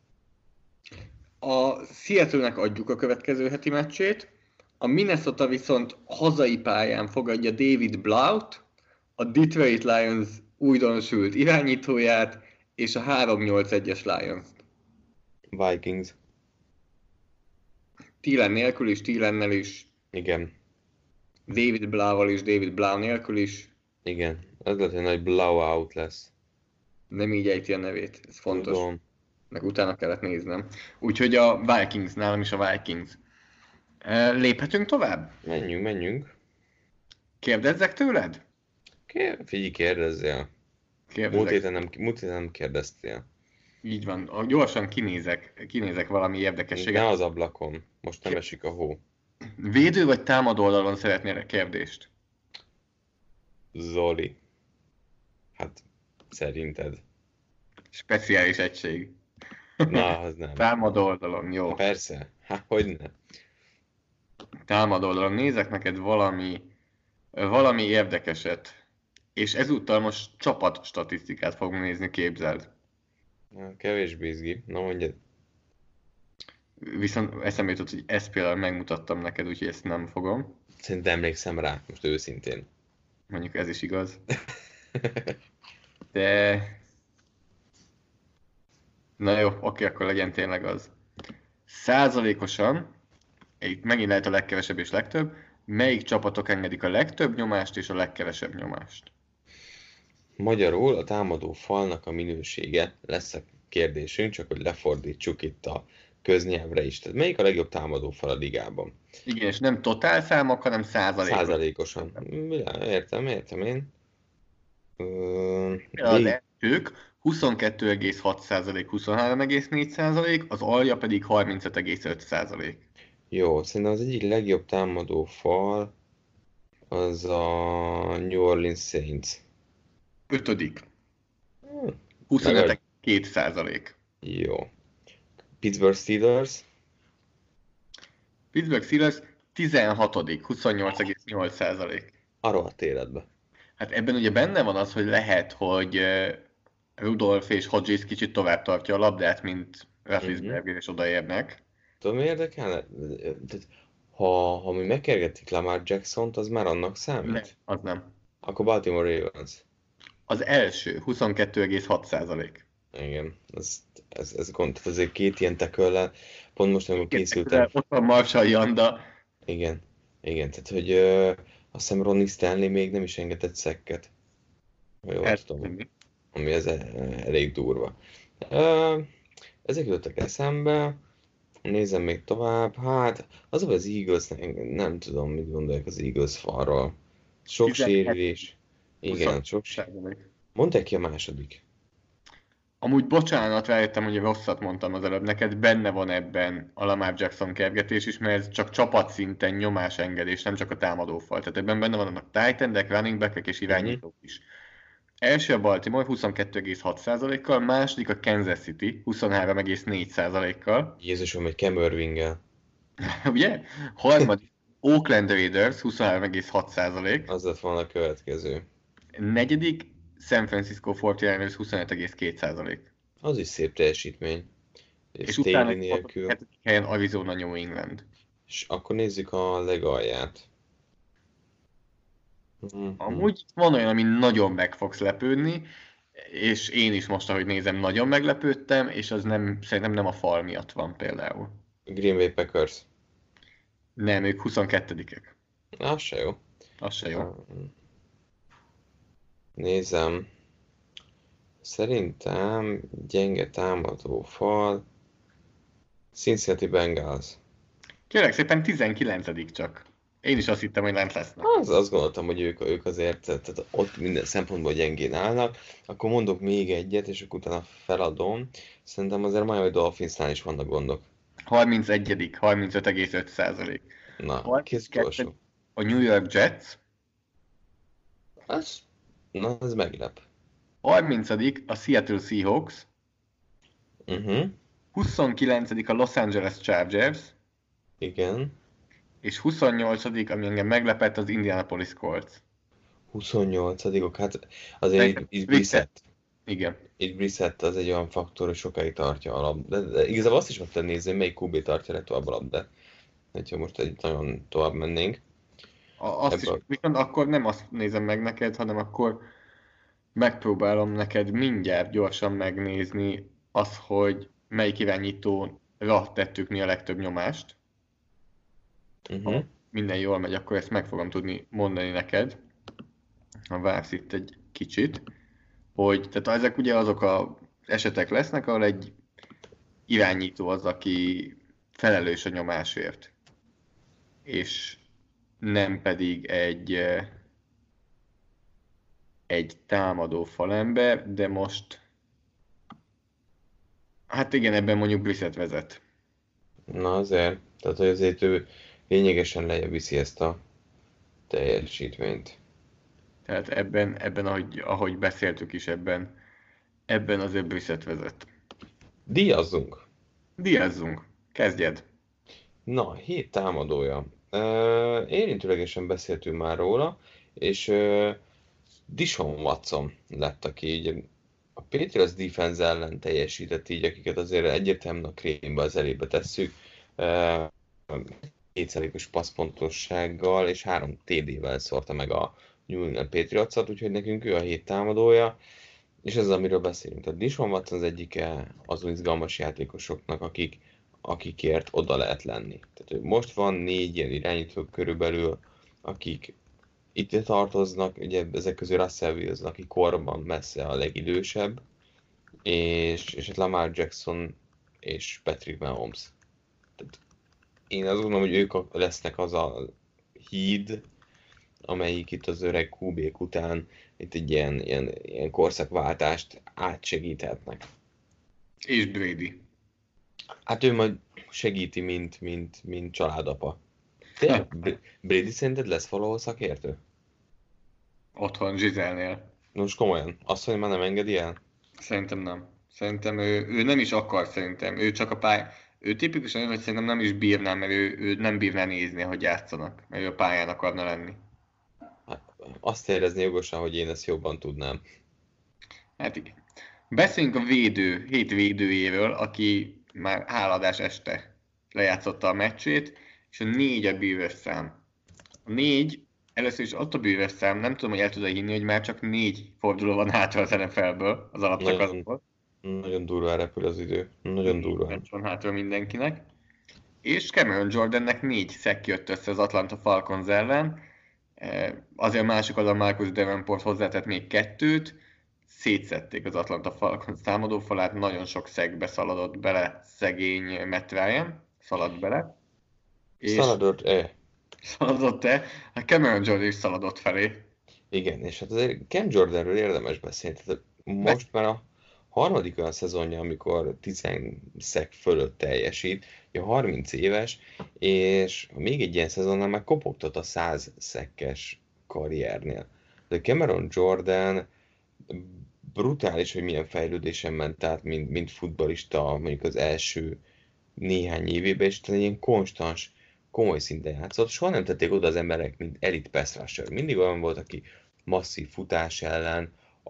A Seattle-nek adjuk a következő heti meccsét, a Minnesota viszont hazai pályán fogadja David Blough-t, a Detroit Lions újdonsült irányítóját, és a 3-8-1-es Lions-t. Vikings. Thielen nélkül is, Thielennel is. Igen. David Blau-val is, David Blau nélkül is. Igen. Ez lehet, hogy nagy blowout lesz. Nem így ejti a nevét, ez fontos. Tudom. Meg utána kellett néznem. Úgyhogy a Vikings, nálam is a Vikings. Léphetünk tovább? Menjünk. Kérdezzek tőled? Figyelj, kérdezzél. Múlt héten nem kérdeztél. Így van, gyorsan kinézek valami érdekességet. Ne az ablakon, most nem esik a hó. Védő vagy támadó oldalon szeretnél a kérdést? Zoli. Hát, szerinted. Speciális egység. Na, az nem. Támadó oldalon, jó. Persze, hát hogyne. Támadó oldalon nézek neked valami érdekeset. És ezúttal most csapat statisztikát fogunk nézni, képzeld. Kevésbé izgi. Na mondjad. Viszont eszembe jutott, hogy ezt például megmutattam neked, úgyhogy ezt nem fogom. Szerintem emlékszem rá, most őszintén. Mondjuk ez is igaz. De... Na jó, oké, akkor legyen tényleg az. Százalékosan, itt megint lehet a legkevesebb és legtöbb, melyik csapatok engedik a legtöbb nyomást és a legkevesebb nyomást? Magyarul a támadó falnak a minősége lesz a kérdésünk, csak hogy lefordítsuk itt a köznyelvre is. Tehát melyik a legjobb támadó fal a ligában? Igen, és nem totál számok, hanem százalékos. Százalékosan. Értem én. Az elsők 22,6%, 23,4%, az alja pedig 35,5%. Jó, szerintem az egyik legjobb támadó fal az a New Orleans Saints. 5. 25,2%. Jó. Pittsburgh Steelers. Pittsburgh Steelers 16. 28,8%. A rohadt életbe. Hát ebben ugye benne van az, hogy lehet, hogy Rudolph és Hodges kicsit tovább tartja a labdát, mint Roethlisberger és odaérnek. Tudom, mi érdekelne? Ha mi megkergették Lamar Jackson-t, az már annak számít? Nem, az nem. Akkor Baltimore Ravens. Az első 22,6%. Igen, ez gond. Tehát azért két ilyen teköllel, pont most, amikor készültem. Ott van Marshall Janda. Igen, tehát hogy azt hiszem Ronnie Stanley még nem is engedett szekket. Jól tudom. Ami ez elég durva. Ezek jutottak eszembe. Nézem még tovább. Hát, az Eagles, nem tudom, mit gondolják az Eagles falról. Sok sérülés. Igen, sok sérülés. Mondd ki a második. Amúgy bocsánat, rájöttem, hogy rosszat mondtam az előbb neked, benne van ebben a Lamar Jackson kergetés is, mert ez csak csapatszinten nyomásengedés, nem csak a támadófal. Tehát ebben benne vannak tight endek, running backek és irányítók is. Első a Baltimore 22,6%-kal, második a Kansas City 23,4%-kal. Jézusom, egy Cam Irvinggel. Ugye? Harmadik Oakland Raiders 23,6%. Az lett volna a következő. Negyedik San Francisco 49ers 25,2%. Az is szép teljesítmény. És utána nélkül. A helyen Arizona, New England. És akkor nézzük a legalját. Amúgy van olyan, ami nagyon meg fogsz lepődni, és én is most, ahogy nézem, nagyon meglepődtem, és az szerintem nem a fal miatt van például. Green Bay Packers. Nem, ők 22-ek. Az se jó. Az se jó. Nézem. Szerintem gyenge támadó fal. Cincinnati Bengals. Kérlek szépen 19. csak. Én is azt hittem, hogy lent lesznek. Azt gondoltam, hogy ők azért tehát ott minden szempontból gyengén állnak. Akkor mondok még egyet, és akkor utána feladom. Szerintem azért majd a Dolphinsnál is vannak gondok. 31. 35,5%. Na, ki az utolsó? A New York Jets. Ez meglep. 30. a Seattle Seahawks. 29. a Los Angeles Chargers. Igen. És 28. ami engem meglepett, az Indianapolis Colts. 28. Hát azért itt Brissett. Igen. Itt Brissett az egy olyan faktor, hogy sokáig tartja a labdát. De igazából azt is meg tudod nézni, melyik QB tartja le tovább a labdát. Ha most egy nagyon tovább mennénk. Viszont akkor nem azt nézem meg neked, hanem akkor Megpróbálom neked mindjárt gyorsan megnézni azt, hogy melyik irányítóra tettük mi a legtöbb nyomást. Ha minden jól megy, akkor ezt meg fogom tudni mondani neked. Ha vársz itt egy kicsit. Hogy, tehát ezek ugye azok az esetek lesznek, ahol egy irányító az, aki felelős a nyomásért. És nem pedig egy támadó falember, de most hát igen, ebben mondjuk Brissett vezet. Na azért, tehát hogy azért ő lényegesen lejjebb viszi ezt a teljesítményt. Tehát ebben ahogy beszéltük is, ebben azért Brissett vezet. Díjazzunk. Kezdjed. Na, 7 támadója. Érintőlegesen beszéltünk már róla, és Deshaun Watson lett, aki így a Patriots defense ellen teljesített így, akiket azért egyértelműen a krémbe az elébe tesszük. 2%-os passzpontossággal és 3 TD-vel szórta meg a New England Patriots-ot, úgyhogy nekünk ő a 7 támadója, és ez az, amiről beszélünk. Tehát Deshaun Watson az egyike azon izgalmas játékosoknak, akikért oda lehet lenni. Tehát most van 4 ilyen irányító körülbelül, akik itt tartoznak, ugye ezek közül Russell Wilson, aki korban messze a legidősebb, és Lamar Jackson és Patrick Mahomes. Tehát én azt gondolom, hogy ők lesznek az a híd, amelyik itt az öreg QB-k után itt egy ilyen korszakváltást átsegíthetnek. És Brady. Hát ő majd segíti, mint családapa. Tényleg, Brady szerinted lesz valahol szakértő? Otthon Giselle-nél. Most komolyan, azt, hogy már nem engedi el? Szerintem nem. Szerintem ő nem is akar, szerintem. Ő csak a pályán. Ő tipikusan olyan, hogy szerintem nem is bírná, mert ő nem bírná nézni, hogy játszanak. Mert ő a pályán akarna lenni. Hát, azt érezni jogosan, hogy én ezt jobban tudnám. Hát igen. Beszéljünk a 7 védőjéről, aki már háladás este lejátszotta a meccsét, és a 4 a bűvös szám. A 4, először is ott a bűvös szám, nem tudom, hogy el tudod hinni, hogy már csak 4 forduló van hátra az NFL-ből, az alapszakaszból. Nagyon durván repül az idő. Nagyon durván. Van hátra mindenkinek. És Cameron Jordannek 4 sack jött össze az Atlanta Falcons ellen. Azért másik oldalon Marcus Davenport hozzátett még 2-t. Szétszették az Atlanta Falcons támadófalát, nagyon sok sackbe szaladott bele szegény Matt Ryan. Szaladt bele. Szaladott-e? A Cameron Jordan is szaladott felé. Igen, és hát azért Cam Jordanről érdemes beszélni. Tehát most már a harmadik olyan szezonja, amikor 10 sack fölött teljesít, ugye 30 éves, és még egy ilyen szezonnal már kopogtat a 100 sackes karriernél. De Cameron Jordan brutális, hogy milyen fejlődésen ment át, mint futballista mondjuk az első néhány évében, és egy ilyen konstans, komoly szinten játszott. Soha nem tették oda az emberek, mint elite pass rusher. Mindig olyan volt, aki masszív futás ellen,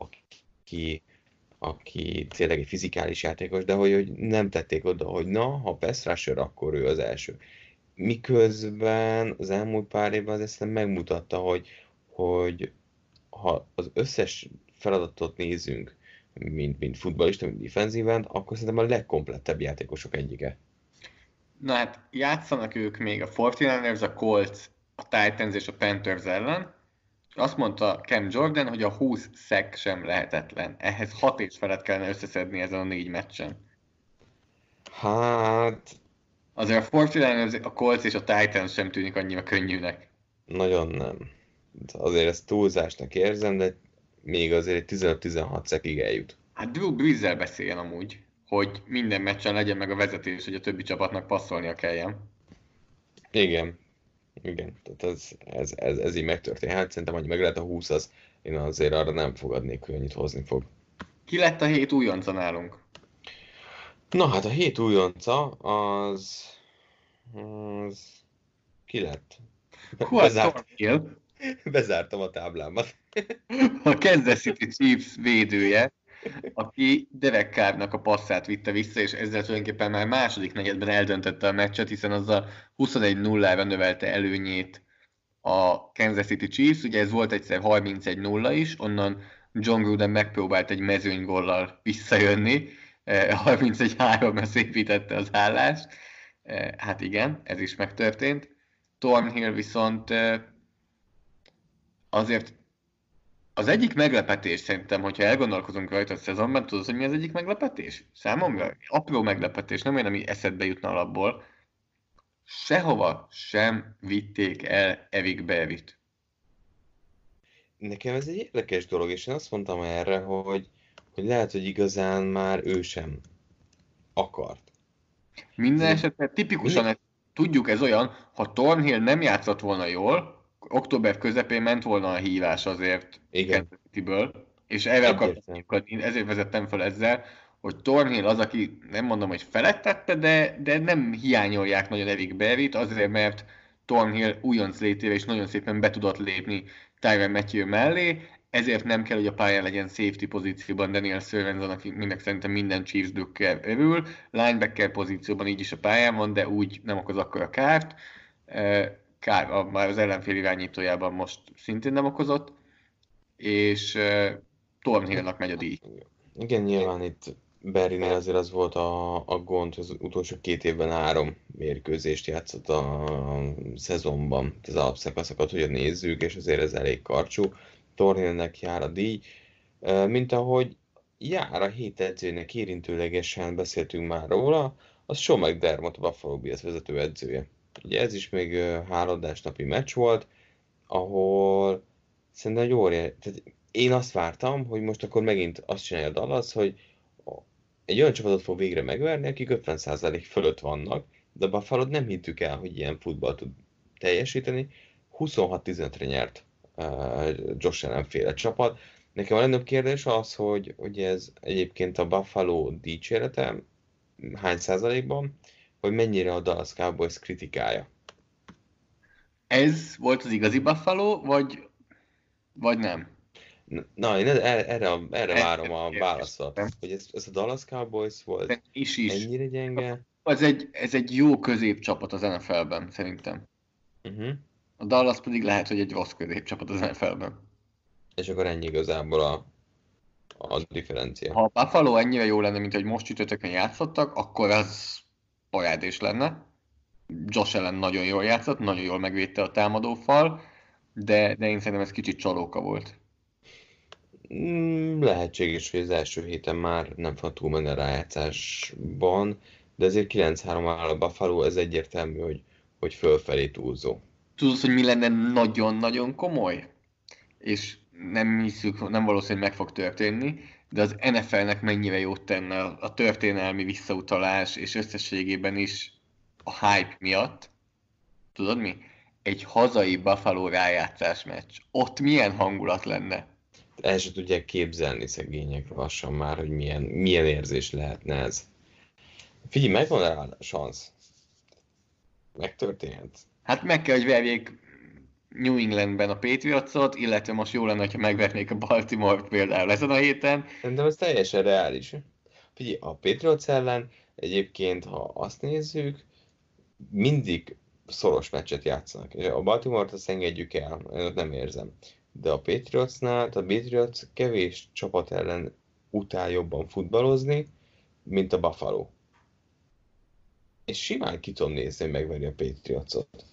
aki tényleg egy fizikális játékos, de hogy nem tették oda, hogy na, ha pass rusher, akkor ő az első. Miközben az elmúlt pár évben azért megmutatta, hogy ha az összes feladatot nézünk, mint futballista, mint defenzíven, akkor szerintem a legkomplettebb játékosok egyike. Na hát játszanak ők még a 49ers, a Colts, a Titans és a Panthers ellen. Azt mondta Cam Jordan, hogy a 20 sack sem lehetetlen. Ehhez 6 és felett kellene összeszedni ezen a 4 meccsen. Hát... Azért a 49ers, a Colts és a Titans sem tűnik annyira könnyűnek. Nagyon nem. Azért ezt túlzásnak érzem, de még azért egy 15-16 sackig eljut. Hát Drew Brees-zel beszéljen amúgy, hogy minden meccsen legyen meg a vezetés, hogy a többi csapatnak passzolnia kelljen. Igen, tehát ez így megtörténhet. Szerintem, hogy meg lehet a 20, az én azért arra nem fogadnék, hogy annyit hozni fog. Ki lett a 7 újonca nálunk? Na hát a 7 újonca az ki lett? Bezártam a táblámat. A Kansas City Chiefs védője, aki Derek Carrnak a passzát vitte vissza, és ezzel tulajdonképpen már második negyedben eldöntötte a meccset, hiszen azzal 21-0-ra növelte előnyét a Kansas City Chiefs. Ugye ez volt egyszer 31-0 is, onnan John Gruden megpróbált egy mezőnygollal visszajönni, 31-3-ra szépítette az állást. Hát igen, ez is megtörtént. Thornhill viszont azért az egyik meglepetés szerintem, hogyha elgondolkozunk rajta a szezonban, tudod, hogy mi az egyik meglepetés? Számomra apró meglepetés, nem olyan, ami eszedbe jutna alapból. Sehova sem vitték el Eric Berryt. Nekem ez egy érdekes dolog, és én azt mondtam erre, hogy lehet, hogy igazán már ő sem akart. Minden esetre tipikusan tudjuk, ez olyan, ha Thornhill nem játszott volna jól, október közepén ment volna a hívás azért Kentucky-ből, és erre akartam, ezért vezettem fel ezzel, hogy Thornhill az, aki nem mondom, hogy felettette, de nem hiányolják nagyon Eric Berryt, azért, mert Thornhill újonc létére és nagyon szépen be tudott lépni Tyrann Mathieu mellé, ezért nem kell, hogy a pályán legyen safety pozícióban Daniel Sorensen, aki mindenki szerintem minden Chiefs drukkel örül, linebacker pozícióban így is a pályán van, de úgy nem okoz akkora kárt. Már az ellenfél irányítójában most szintén nem okozott, és Thornhillnak megy a díj. Igen, nyilván itt Berrynél azért az volt a gond, hogy az utolsó 2 évben 3 mérkőzést játszott a szezonban, az alapszakaszokat, hogyan nézzük, és azért ez elég karcsú. Thornhillnek jár a díj, mint ahogy jár a hét edzőnek, érintőlegesen beszéltünk már róla, az Sean McDermott, a Buffalo Bills vezető edzője. Ugye ez is még háladásnapi meccs volt, ahol szerintem egy óriási, tehát én azt vártam, hogy most akkor megint azt csinálja Dallas, hogy egy olyan csapatot fog végre megverni, akik 50% fölött vannak, de a Buffalo nem hittük el, hogy ilyen futball tud teljesíteni. 26-15-re nyert Josh Allen-féle csapat. Nekem a legnagyobb kérdés az, hogy ez egyébként a Buffalo dicsérete hány százalékban, vagy mennyire a Dallas Cowboys kritikája? Ez volt az igazi Buffalo, vagy nem? Na, én erre várom a válaszot, hogy ez a Dallas Cowboys volt ennyire gyenge. Ez egy jó középcsapat az NFL-ben, szerintem. A Dallas pedig lehet, hogy egy rossz középcsapat az NFL-ben. És akkor ennyi igazából a differencia. Ha a Buffalo ennyire jó lenne, mint hogy most csütörtökön játszottak, akkor az parádés lenne. Josh Allen nagyon jól játszott, nagyon jól megvédte a támadófal, de én szerintem ez kicsit csalóka volt. Lehetséges, hogy az első héten már nem fog túlmenni a rájátszásban, de ezért 9-3 áll a Buffalo, ez egyértelmű, hogy fölfelé túlzó. Tudod, hogy mi lenne nagyon-nagyon komoly? És nem hiszük, nem valószínű, hogy meg fog történni, de az NFL-nek mennyire jót tenne a történelmi visszautalás, és összességében is a hype miatt. Tudod mi? Egy hazai Buffalo rájátszás meccs. Ott milyen hangulat lenne? El se tudják képzelni szegények lassan már, hogy milyen érzés lehetne ez. Figyelj, megvan rá a szansz. Megtörténhet. Hát meg kell, hogy verjék New Englandben a Patriotsot, illetve most jó lenne, ha megvernék a Baltimore-t például ezen a héten. Szerintem ez teljesen reális. Figyelj, a Patriots ellen egyébként, ha azt nézzük, mindig szoros meccset játszanak. És a Baltimore-t azt engedjük el, én ott nem érzem. De a Patriotsnál, a Patriots kevés csapat ellen utál jobban futballozni, mint a Buffalo. És simán ki tudom nézni, hogy megveri a Patriotsot.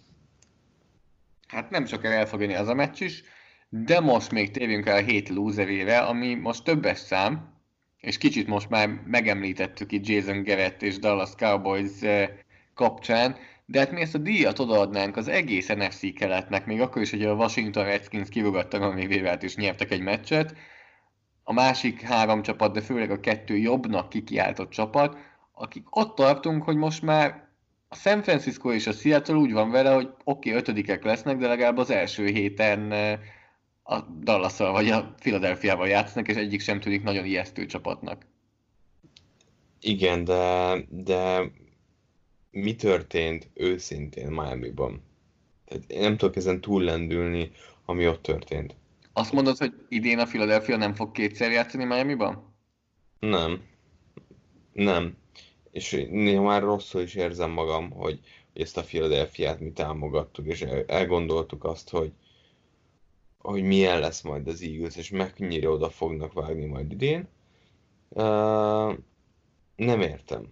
Hát nem sokára el fog jönni az a meccs is, de most még térjünk el a hét loserére, ami most többes szám, és kicsit most már megemlítettük itt Jason Garrett és Dallas Cowboys kapcsán, de hát mi ezt a díjat odaadnánk az egész NFC keletnek, még akkor is, hogy a Washington Redskins kirúgatta a vévelt és nyertek egy meccset. A másik 3 csapat, de főleg a 2 jobbnak kikiáltott csapat, akik ott tartunk, hogy most már a San Francisco és a Seattle úgy van vele, hogy oké, 5-ek lesznek, de legalább az első héten a Dallasszal vagy a Philadelphiával játszanak, és egyik sem tűnik nagyon ijesztő csapatnak. Igen, de mi történt őszintén Miamiban? Tehát én nem tudok ezen túllendülni, ami ott történt. Azt mondod, hogy idén a Philadelphia nem fog 2-szer játszani Miamiban? Nem. És néha már rosszul is érzem magam, hogy ezt a Philadelphiát mi támogattuk, és elgondoltuk azt, hogy hogy milyen lesz majd az Eagles, és mennyire oda fognak vágni majd idén. Nem értem.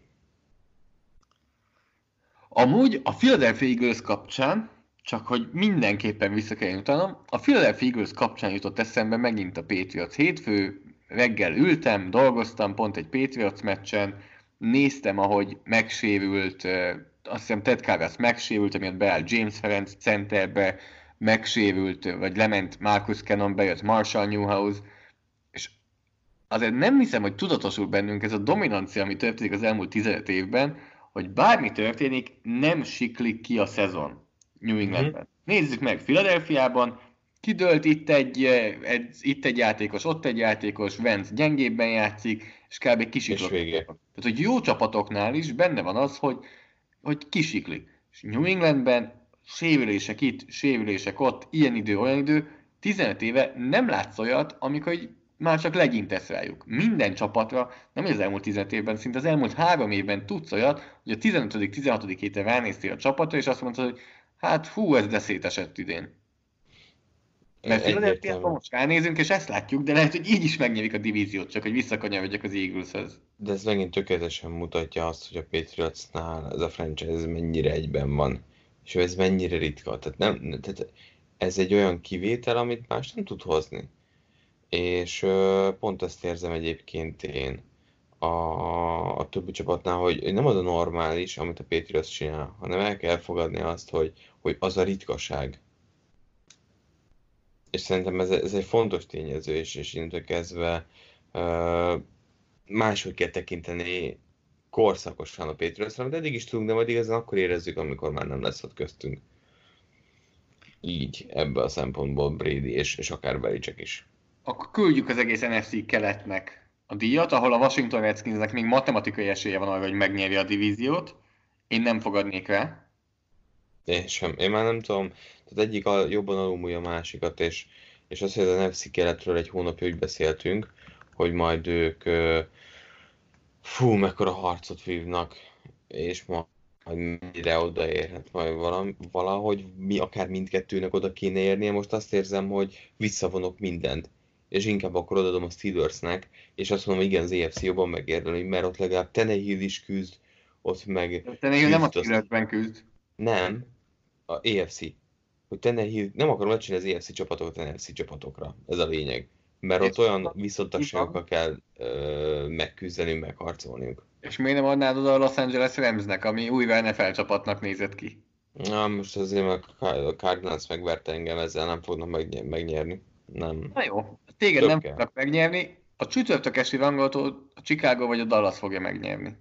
Amúgy a Philadelphia Eagles kapcsán, csak hogy mindenképpen vissza kell jutanom, a Philadelphia Eagles kapcsán jutott eszembe megint a Patriots. Hétfő reggel ültem, dolgoztam pont egy Patriots meccsen, néztem, ahogy megsérült, azt hiszem Ted Karras megsérült, amiatt beállt James Ferenc centerbe, megsérült, vagy lement Marcus Cannon, bejött Marshall Newhouse, és azért nem hiszem, hogy tudatosul bennünk ez a dominancia, ami történik az elmúlt 15 évben, hogy bármi történik, nem siklik ki a szezon New Englandben. Nézzük meg, Philadelphiában kidőlt itt egy játékos, ott egy játékos, Wentz gyengébben játszik, és kb. Kisiklott. Tehát, hogy jó csapatoknál is benne van az, hogy kisiklik. És New Englandben sérülések itt, sérülések ott, ilyen idő, olyan idő, 15 éve nem látsz olyat, amikor már csak legyintesz rájuk. Minden csapatra, nem az elmúlt 15 évben, szinte az elmúlt 3 évben tudsz olyat, hogy a 15.-16. héten ránéztél a csapatra, és azt mondtad, hogy hát hú, ez de szétesett idén. Mert Philadelphiában most ránézünk, és ezt látjuk, de lehet, hogy így is megnyerik a divíziót, csak hogy visszakanyarodjak az Eagleshez. De ez megint tökéletesen mutatja azt, hogy a Patriotsnál ez a franchise mennyire egyben van, és ez mennyire ritka. Tehát ez egy olyan kivétel, amit más nem tud hozni. És pont ezt érzem egyébként én a többi csapatnál, hogy nem az a normális, amit a Patriots csinál, hanem el kell fogadni azt, hogy az a ritkaság. És szerintem ez egy fontos tényező, és innentől kezdve máshogy kell tekinteni korszakosan a Patriotsra, amit eddig is tudunk, de majd igazán akkor érezzük, amikor már nem lesz ott köztünk. Így, ebben a szempontból Brady és akár Belichick is. Akkor küldjük az egész NFC keletnek a díjat, ahol a Washington Redskinsnek még matematikai esélye van arra, hogy megnyeri a divíziót. Én nem fogadnék rá. Én már nem tudom, tehát egyik jobban alulmúlja a másikat, és azt, hogy az NFC keletről egy hónapja úgy beszéltünk, hogy majd ők mekkora harcot vívnak, és majd mennyire odaérhet majd valahogy, akár mindkettőnek oda kéne érnie. Most azt érzem, hogy visszavonok mindent, és inkább akkor odadom a Steelersnek, és azt mondom, hogy igen, az AFC jobban megérdemli, mert ott legalább Tannehill is küzd, ott meg... Tannehill nem a Steelersben küzd. Nem, a AFC. Hogy Tannehill, nem akarom lecsinálni az AFC csapatokat az NFC csapatokra, ez a lényeg. Mert ott olyan viszontagságokkal kell megküzdenünk, megharcolniuk. És miért nem adnád oda a Los Angeles Ramsnek, ami újra NFL csapatnak nézett ki? Na, most azért a Cardinals megverte engem, ezzel nem fognak megnyerni. Nem. Na jó, téged nem fognak megnyerni. A csütörtökesi rangolató a Chicago vagy a Dallas fogja megnyerni.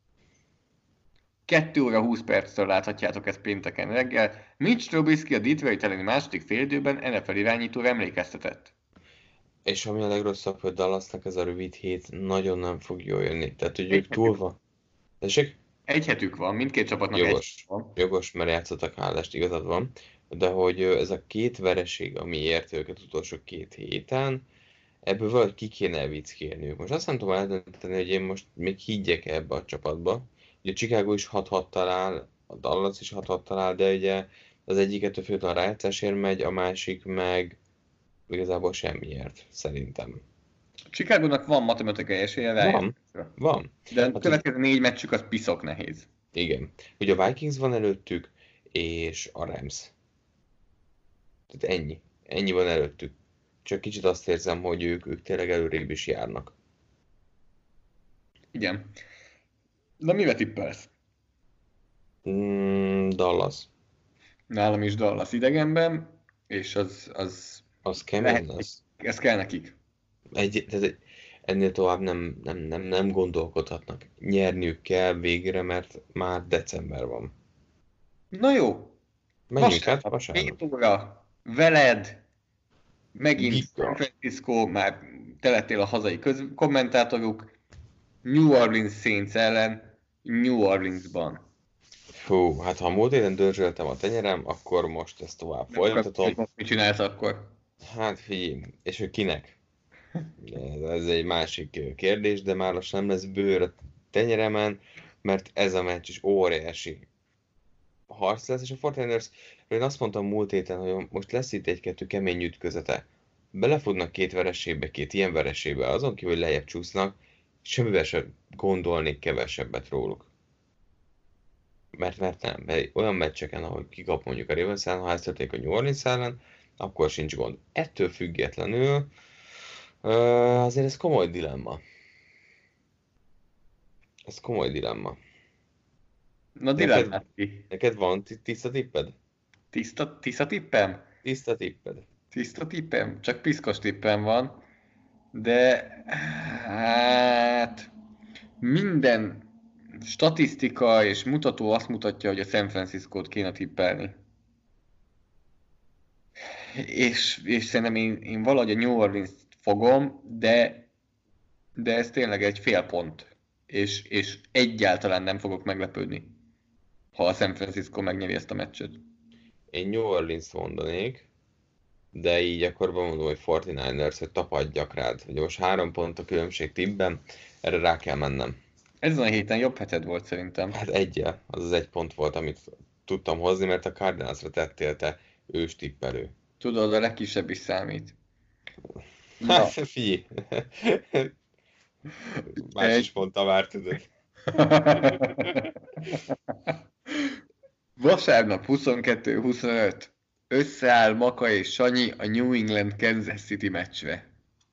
2 óra 20 perctől láthatjátok ezt pénteken reggel. Mitch Trubisky a Detroit elleni második félidőben NFL irányítóra emlékeztetett. És ami a legrosszabb, hogy Dallasnak ez a rövid hét nagyon nem fog jól jönni. Tehát, hogy ők túl van. Tessék? Egy hetük van, mindkét csapatnak jogos, van. Jogos, mert játszottak hálást, igazad van. De hogy ez a 2 vereség, ami ért őket utolsó 2 héten, ebből valahogy ki kéne elvickélniük. Most azt nem tudom eldönteni, hogy én most még higgyek ebbe a csapatba. Ugye a Chicago is 6-6 talál, a Dallas is 6-6 talál, de ugye az egyiket a független rájátszásért megy, a másik meg igazából semmiért, szerintem. A Chicagónak van matematikai esélye rájátszásra. Van. De a következő 4 meccsük az piszok nehéz. Igen. Ugye a Vikings van előttük, és a Rams. Tehát ennyi. Ennyi van előttük. Csak kicsit azt érzem, hogy ők tényleg előrébb is járnak. Igen. De mivel tippelsz? Dallas. Nálam is Dallas idegenben, és az kemény lesz. Ez kell nekik. Ennél tovább nem gondolkodhatnak. Nyerniük kell végre, mert már december van. Na jó. Menjünk át vasárnap. 7 óra, veled, megint San Francisco, már te lettél a hazai kommentátoruk, New Orleans Saints ellen, New Orleansban. Hú, hát ha a múlt éven dörzsöltem a tenyerem, akkor most ezt tovább folytatom. Mit csinálsz akkor? Hát figyelj, és hogy kinek? Ez egy másik kérdés, de már lassan nem lesz bőr a tenyeremen, mert ez a meccs is óriási harc lesz, és a 49ers Én azt mondtam múlt héten, hogy most lesz itt egy-kettő kemény ütközete. Belefutnak 2 vereségbe, 2 ilyen vereségbe, azon kívül, hogy lejjebb csúsznak, semmivel sem gondolnék kevesebbet róluk. Mert nem, mert olyan meccseken, ahol kikap mondjuk a Ravens ellen, ha ezt történik a New Orleans ellen, akkor sincs gond. Ettől függetlenül azért ez komoly dilemma. Ez komoly dilemma. Na dilemmát ki. Neked van tiszta tipped? Tiszta tippem? Tiszta tipped. Tiszta tippem? Csak piszkos tippem van. De hát minden statisztika és mutató azt mutatja, hogy a San Franciscót kéne tippelni. És szerintem én valahogy a New Orleans fogom, de ez tényleg egy fél pont. És egyáltalán nem fogok meglepődni, ha a San Francisco megnyeri ezt a meccset. Én New Orleans mondanék, de így akkor bemondom, hogy 49ers, hogy tapadjak rád. Ugye most 3 pont a különbség tippben, erre rá kell mennem. Ezen a héten jobb heted volt szerintem. Hát egyel, az 1 pont volt, amit tudtam hozni, mert a Cardinalsra tettél te ős tippelő. Tudod, a legkisebb is számít. Hát figyelj! Más is mondta már, tudod. Vasárnap 22-25 összeáll Maka és Sanyi a New England Kansas City meccsre.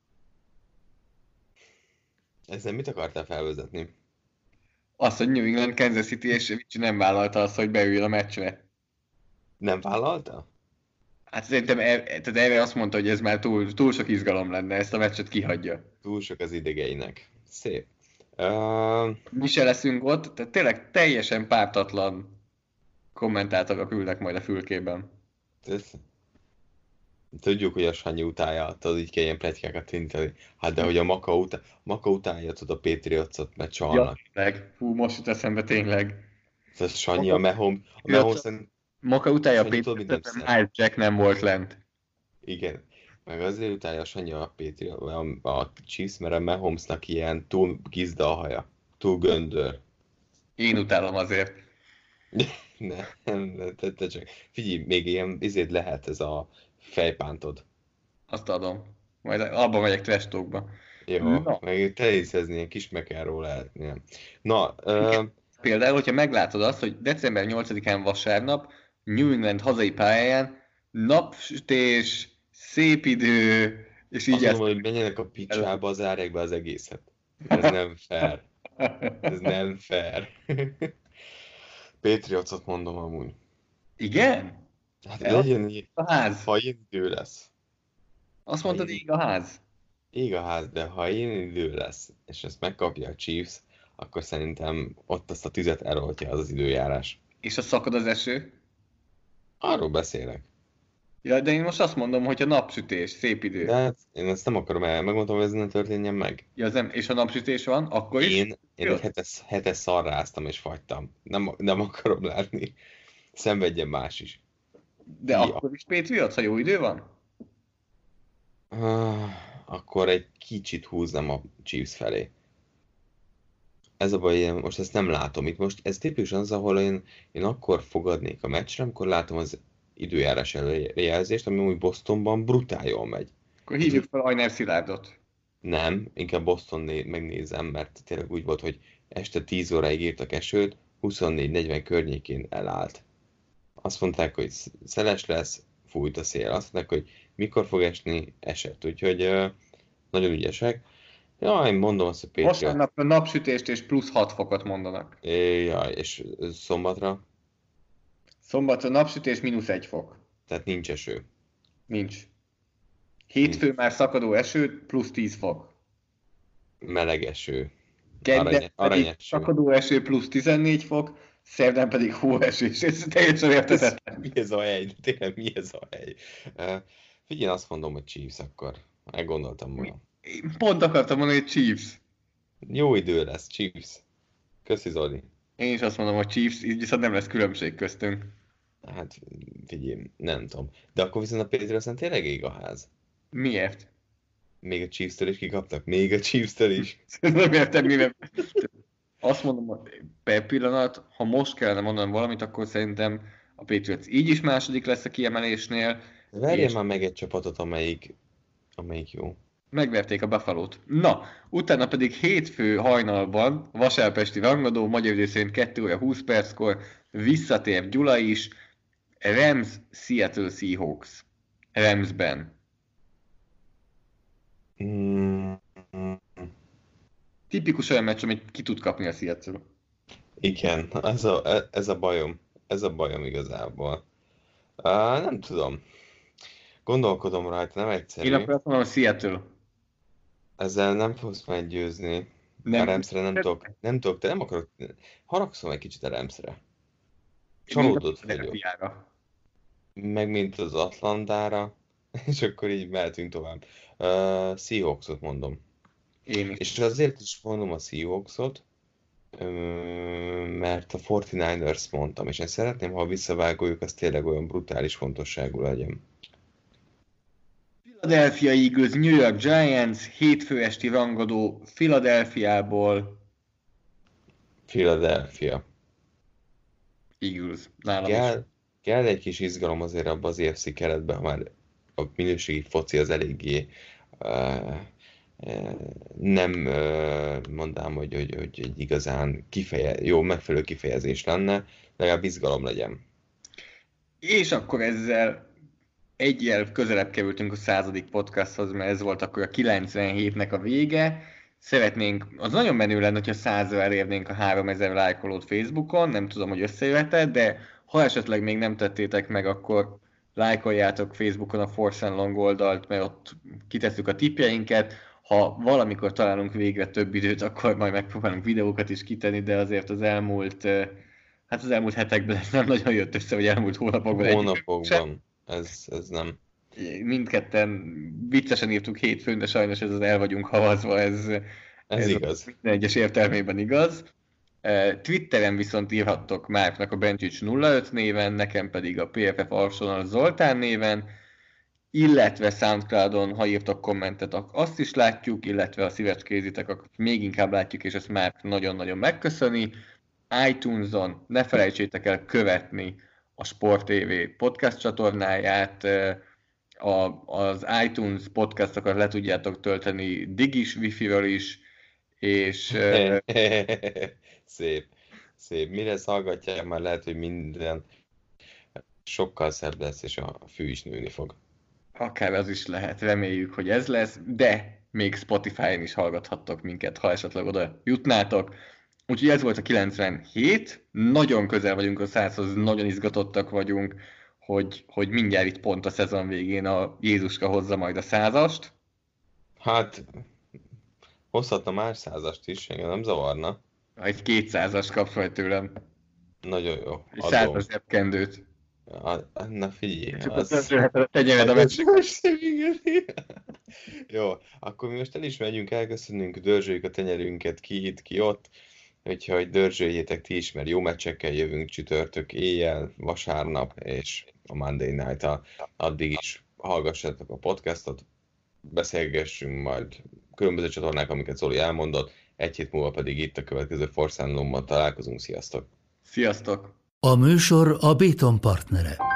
Ezzel mit akartál felvezetni? Azt, hogy New England Kansas City és Vicsi nem vállalta azt, hogy beüljön a meccsre. Nem vállalta? Hát szerintem erre azt mondta, hogy ez már túl sok izgalom lenne, ezt a meccset kihagyja. Túl sok az idegeinek. Szép. Mi se leszünk ott, tehát tényleg teljesen pártatlan kommentátorok ülnek majd a fülkében. Tudjuk, hogy a Sanyi utálja, tudod, így kell ilyen pletykákat tinteni. Hát de hogy a Maka utálja, tudod, a Patriotsot, mert csalnak. Ja, fú, most jut eszembe tényleg. Ez Sanyi, a Mahomes Maka utálja a Patriotsot, mert Miles Jack nem volt lent. Igen. Meg azért utálja a Sanyi a Chiefs, mert a Mahomesnak ilyen túl gizda a haja. Túl göndör. Én utálom azért. Nem, te csak. Figyelj, még ilyen izét lehet ez a fejpántod. Azt adom. Majd abba megyek trash talkba. Jó, meg te hiszezni, ilyen kis mekáról lehet. Nem. Na, például, hogyha meglátod azt, hogy december 8-án vasárnap New England hazai pályáján napsütés, szép idő, és így azt mondom, hogy menjenek a picsába, zárják be az egészet. Ez nem fair. Ez nem fair. Patriotsot mondom amúgy. Igen? Hát legyen így. A ház. Ha ilyen idő lesz. Azt mondtad, ég a ház. Ég a ház, de ha ilyen idő lesz, és ezt megkapja a Chiefs, akkor szerintem ott azt a tüzet eloltja az időjárás. És a szakad az eső? Arról beszélek. Ja, de én most azt mondom, hogy a napsütés, szép idő. De hát én ezt nem akarom megmondom, hogy ez nem történjen meg. Ja, nem. És ha napsütés van, akkor is? Én egy hetes szarráztam és fagytam. Nem akarom látni. Szenvedjen más is. De akkor is Patriots, ha jó idő van? Akkor egy kicsit húznám a Chiefs felé. Ez a baj, most ezt nem látom. Itt most ez tipikusan az, ahol én akkor fogadnék a meccsre, amikor látom az időjárás előrejelzést, ami úgy Bostonban brutál jól megy. Akkor hívjuk fel Ajner Szilárdot. Nem, inkább Boston megnézem, mert tényleg úgy volt, hogy este 10 óráig írtak esőt, 24-40 környékén elállt. Azt mondták, hogy szeles lesz, fújt a szél. Azt mondták, hogy mikor fog esni, esett. Úgyhogy nagyon ügyesek. Ja, én mondom azt, hogy Patriot. Vasárnap napsütést és plusz 6 fokot mondanak. Ja, és szombatra? Szombatra napsütés mínusz 1 fok. Tehát nincs eső. Nincs. Hétfő már szakadó eső, plusz 10 fok. Meleg eső. Kedden pedig szakadó eső, plusz 14 fok, szerdán pedig hóeső, és ez teljesen értetetlen. Mi ez a hegy? Tényleg mi ez a hegy? Figyelj, azt mondom, hogy Chiefs akkor. Meggondoltam volna. Én pont akartam mondani, hogy Chiefs. Jó idő lesz, Chiefs. Köszi, Zoli. Én is azt mondom, hogy Chiefs, így viszont nem lesz különbség köztünk. Hát figyelj, nem tudom. De akkor viszont a Patriots-en tényleg ég a ház. Miért? Még a Chiefs-től is kikaptak? Még a Chiefs-től is? Nem értem, mivel. Azt mondom, hogy per pillanat, ha most kellene mondanom valamit, akkor szerintem A Patriots így is második lesz a kiemelésnél. Verjen már meg egy csapatot, amelyik jó. Megverték a Buffalo-t. Na, utána pedig hétfő hajnalban, vasárpesti rangadó, magyar idő szerint 2 óra 20 perckor visszatér Gyula is, Rams, Seattle Seahawks. Ramsben. Tipikus olyan meccs, amit ki tud kapni a Seattle. Igen, ez a bajom. Ez a bajom igazából. Nem tudom. Gondolkodom rajta, nem egyszerű. Én akkor azt mondom, Seattle. Ezzel nem fogsz meggyőzni. A Ramsre nem tudok, de nem akarok. Haragszom egy kicsit a Ramsre. Csalódott vagyok. Meg mint az Atlantára, és akkor így mehetünk tovább. Seahawksot mondom. Én is. És azért is mondom a Seahawksot, mert a 49ers mondtam, és én szeretném, ha a visszavágójuk, az tényleg olyan brutális fontosságú legyen. Philadelphia Eagles, New York Giants, hétfő esti rangadó Philadelphiából. Philadelphia. Eagles, nálam is. Kell egy kis izgalom azért abban az AFC keretben, ha már a minőségi foci az eléggé nem mondám, hogy egy igazán jó, megfelelő kifejezés lenne, legalább izgalom legyen. És akkor ezzel egyel közelebb kerültünk a 100. podcasthoz, mert ez volt akkor a 97-nek a vége. Szeretnénk, az nagyon menő lenne, hogyha 100-ra elérnénk a 3000 lájkolót Facebookon, nem tudom, hogy összejöhet, de ha esetleg még nem tettétek meg, akkor lájkoljátok Facebookon a Force and Long oldalt, mert ott kitesszük a tippjeinket. Ha valamikor találunk végre több időt, akkor majd megpróbálunk videókat is kitenni, de azért az elmúlt hetekben ez nem nagyon jött össze, vagy elmúlt hónapokban. Hónapokban, ez nem. Mindketten viccesen írtuk hétfőn, de sajnos ez az el vagyunk havazva, ez igaz. Minden egyes értelmében igaz. Twitteren viszont írhattok Márknak a Bencsics 05 néven, nekem pedig a PFF Arsenal Zoltán néven, illetve Soundcloudon, ha írtok kommentet, azt is látjuk, illetve a szívecskézitek, akkor még inkább látjuk, és ezt már nagyon-nagyon megköszöni. iTunes-on ne felejtsétek el követni a Sport TV podcast csatornáját, az iTunes podcastokat le tudjátok tölteni digis wifi-ről is, és... Szép. Mire hallgatják, már lehet, hogy minden sokkal szebb lesz, és a fű is nőni fog. Akár az is lehet, reméljük, hogy ez lesz, de még Spotify-on is hallgathattok minket, ha esetleg oda jutnátok. Úgyhogy ez volt a 97, nagyon közel vagyunk a 100-hoz, nagyon izgatottak vagyunk, hogy mindjárt itt pont a szezon végén a Jézuska hozza majd a 100-ast. Hát, hozhatna más 100-ast is, engem nem zavarna. Egy 200-as kapsz majd tőlem. Nagyon jó. Egy 100-as zsebkendőt. Na figyelj. Csak az a tenyered a meccseket. Jó, akkor mi most el is megyünk, elköszönünk, dörzsöljük a tenyerünket, ki itt, ki ott. Úgyhogy dörzsöljétek ti is, mert jó meccsekkel jövünk csütörtök éjjel, vasárnap és a Monday Night-a. Addig is hallgassátok a podcastot, beszélgessünk majd különböző csatornák, amiket Zoli elmondott. Egy hét múlva pedig itt a következő Force and Long-ban találkozunk. Sziasztok! Sziasztok! A műsor a Béton partnere.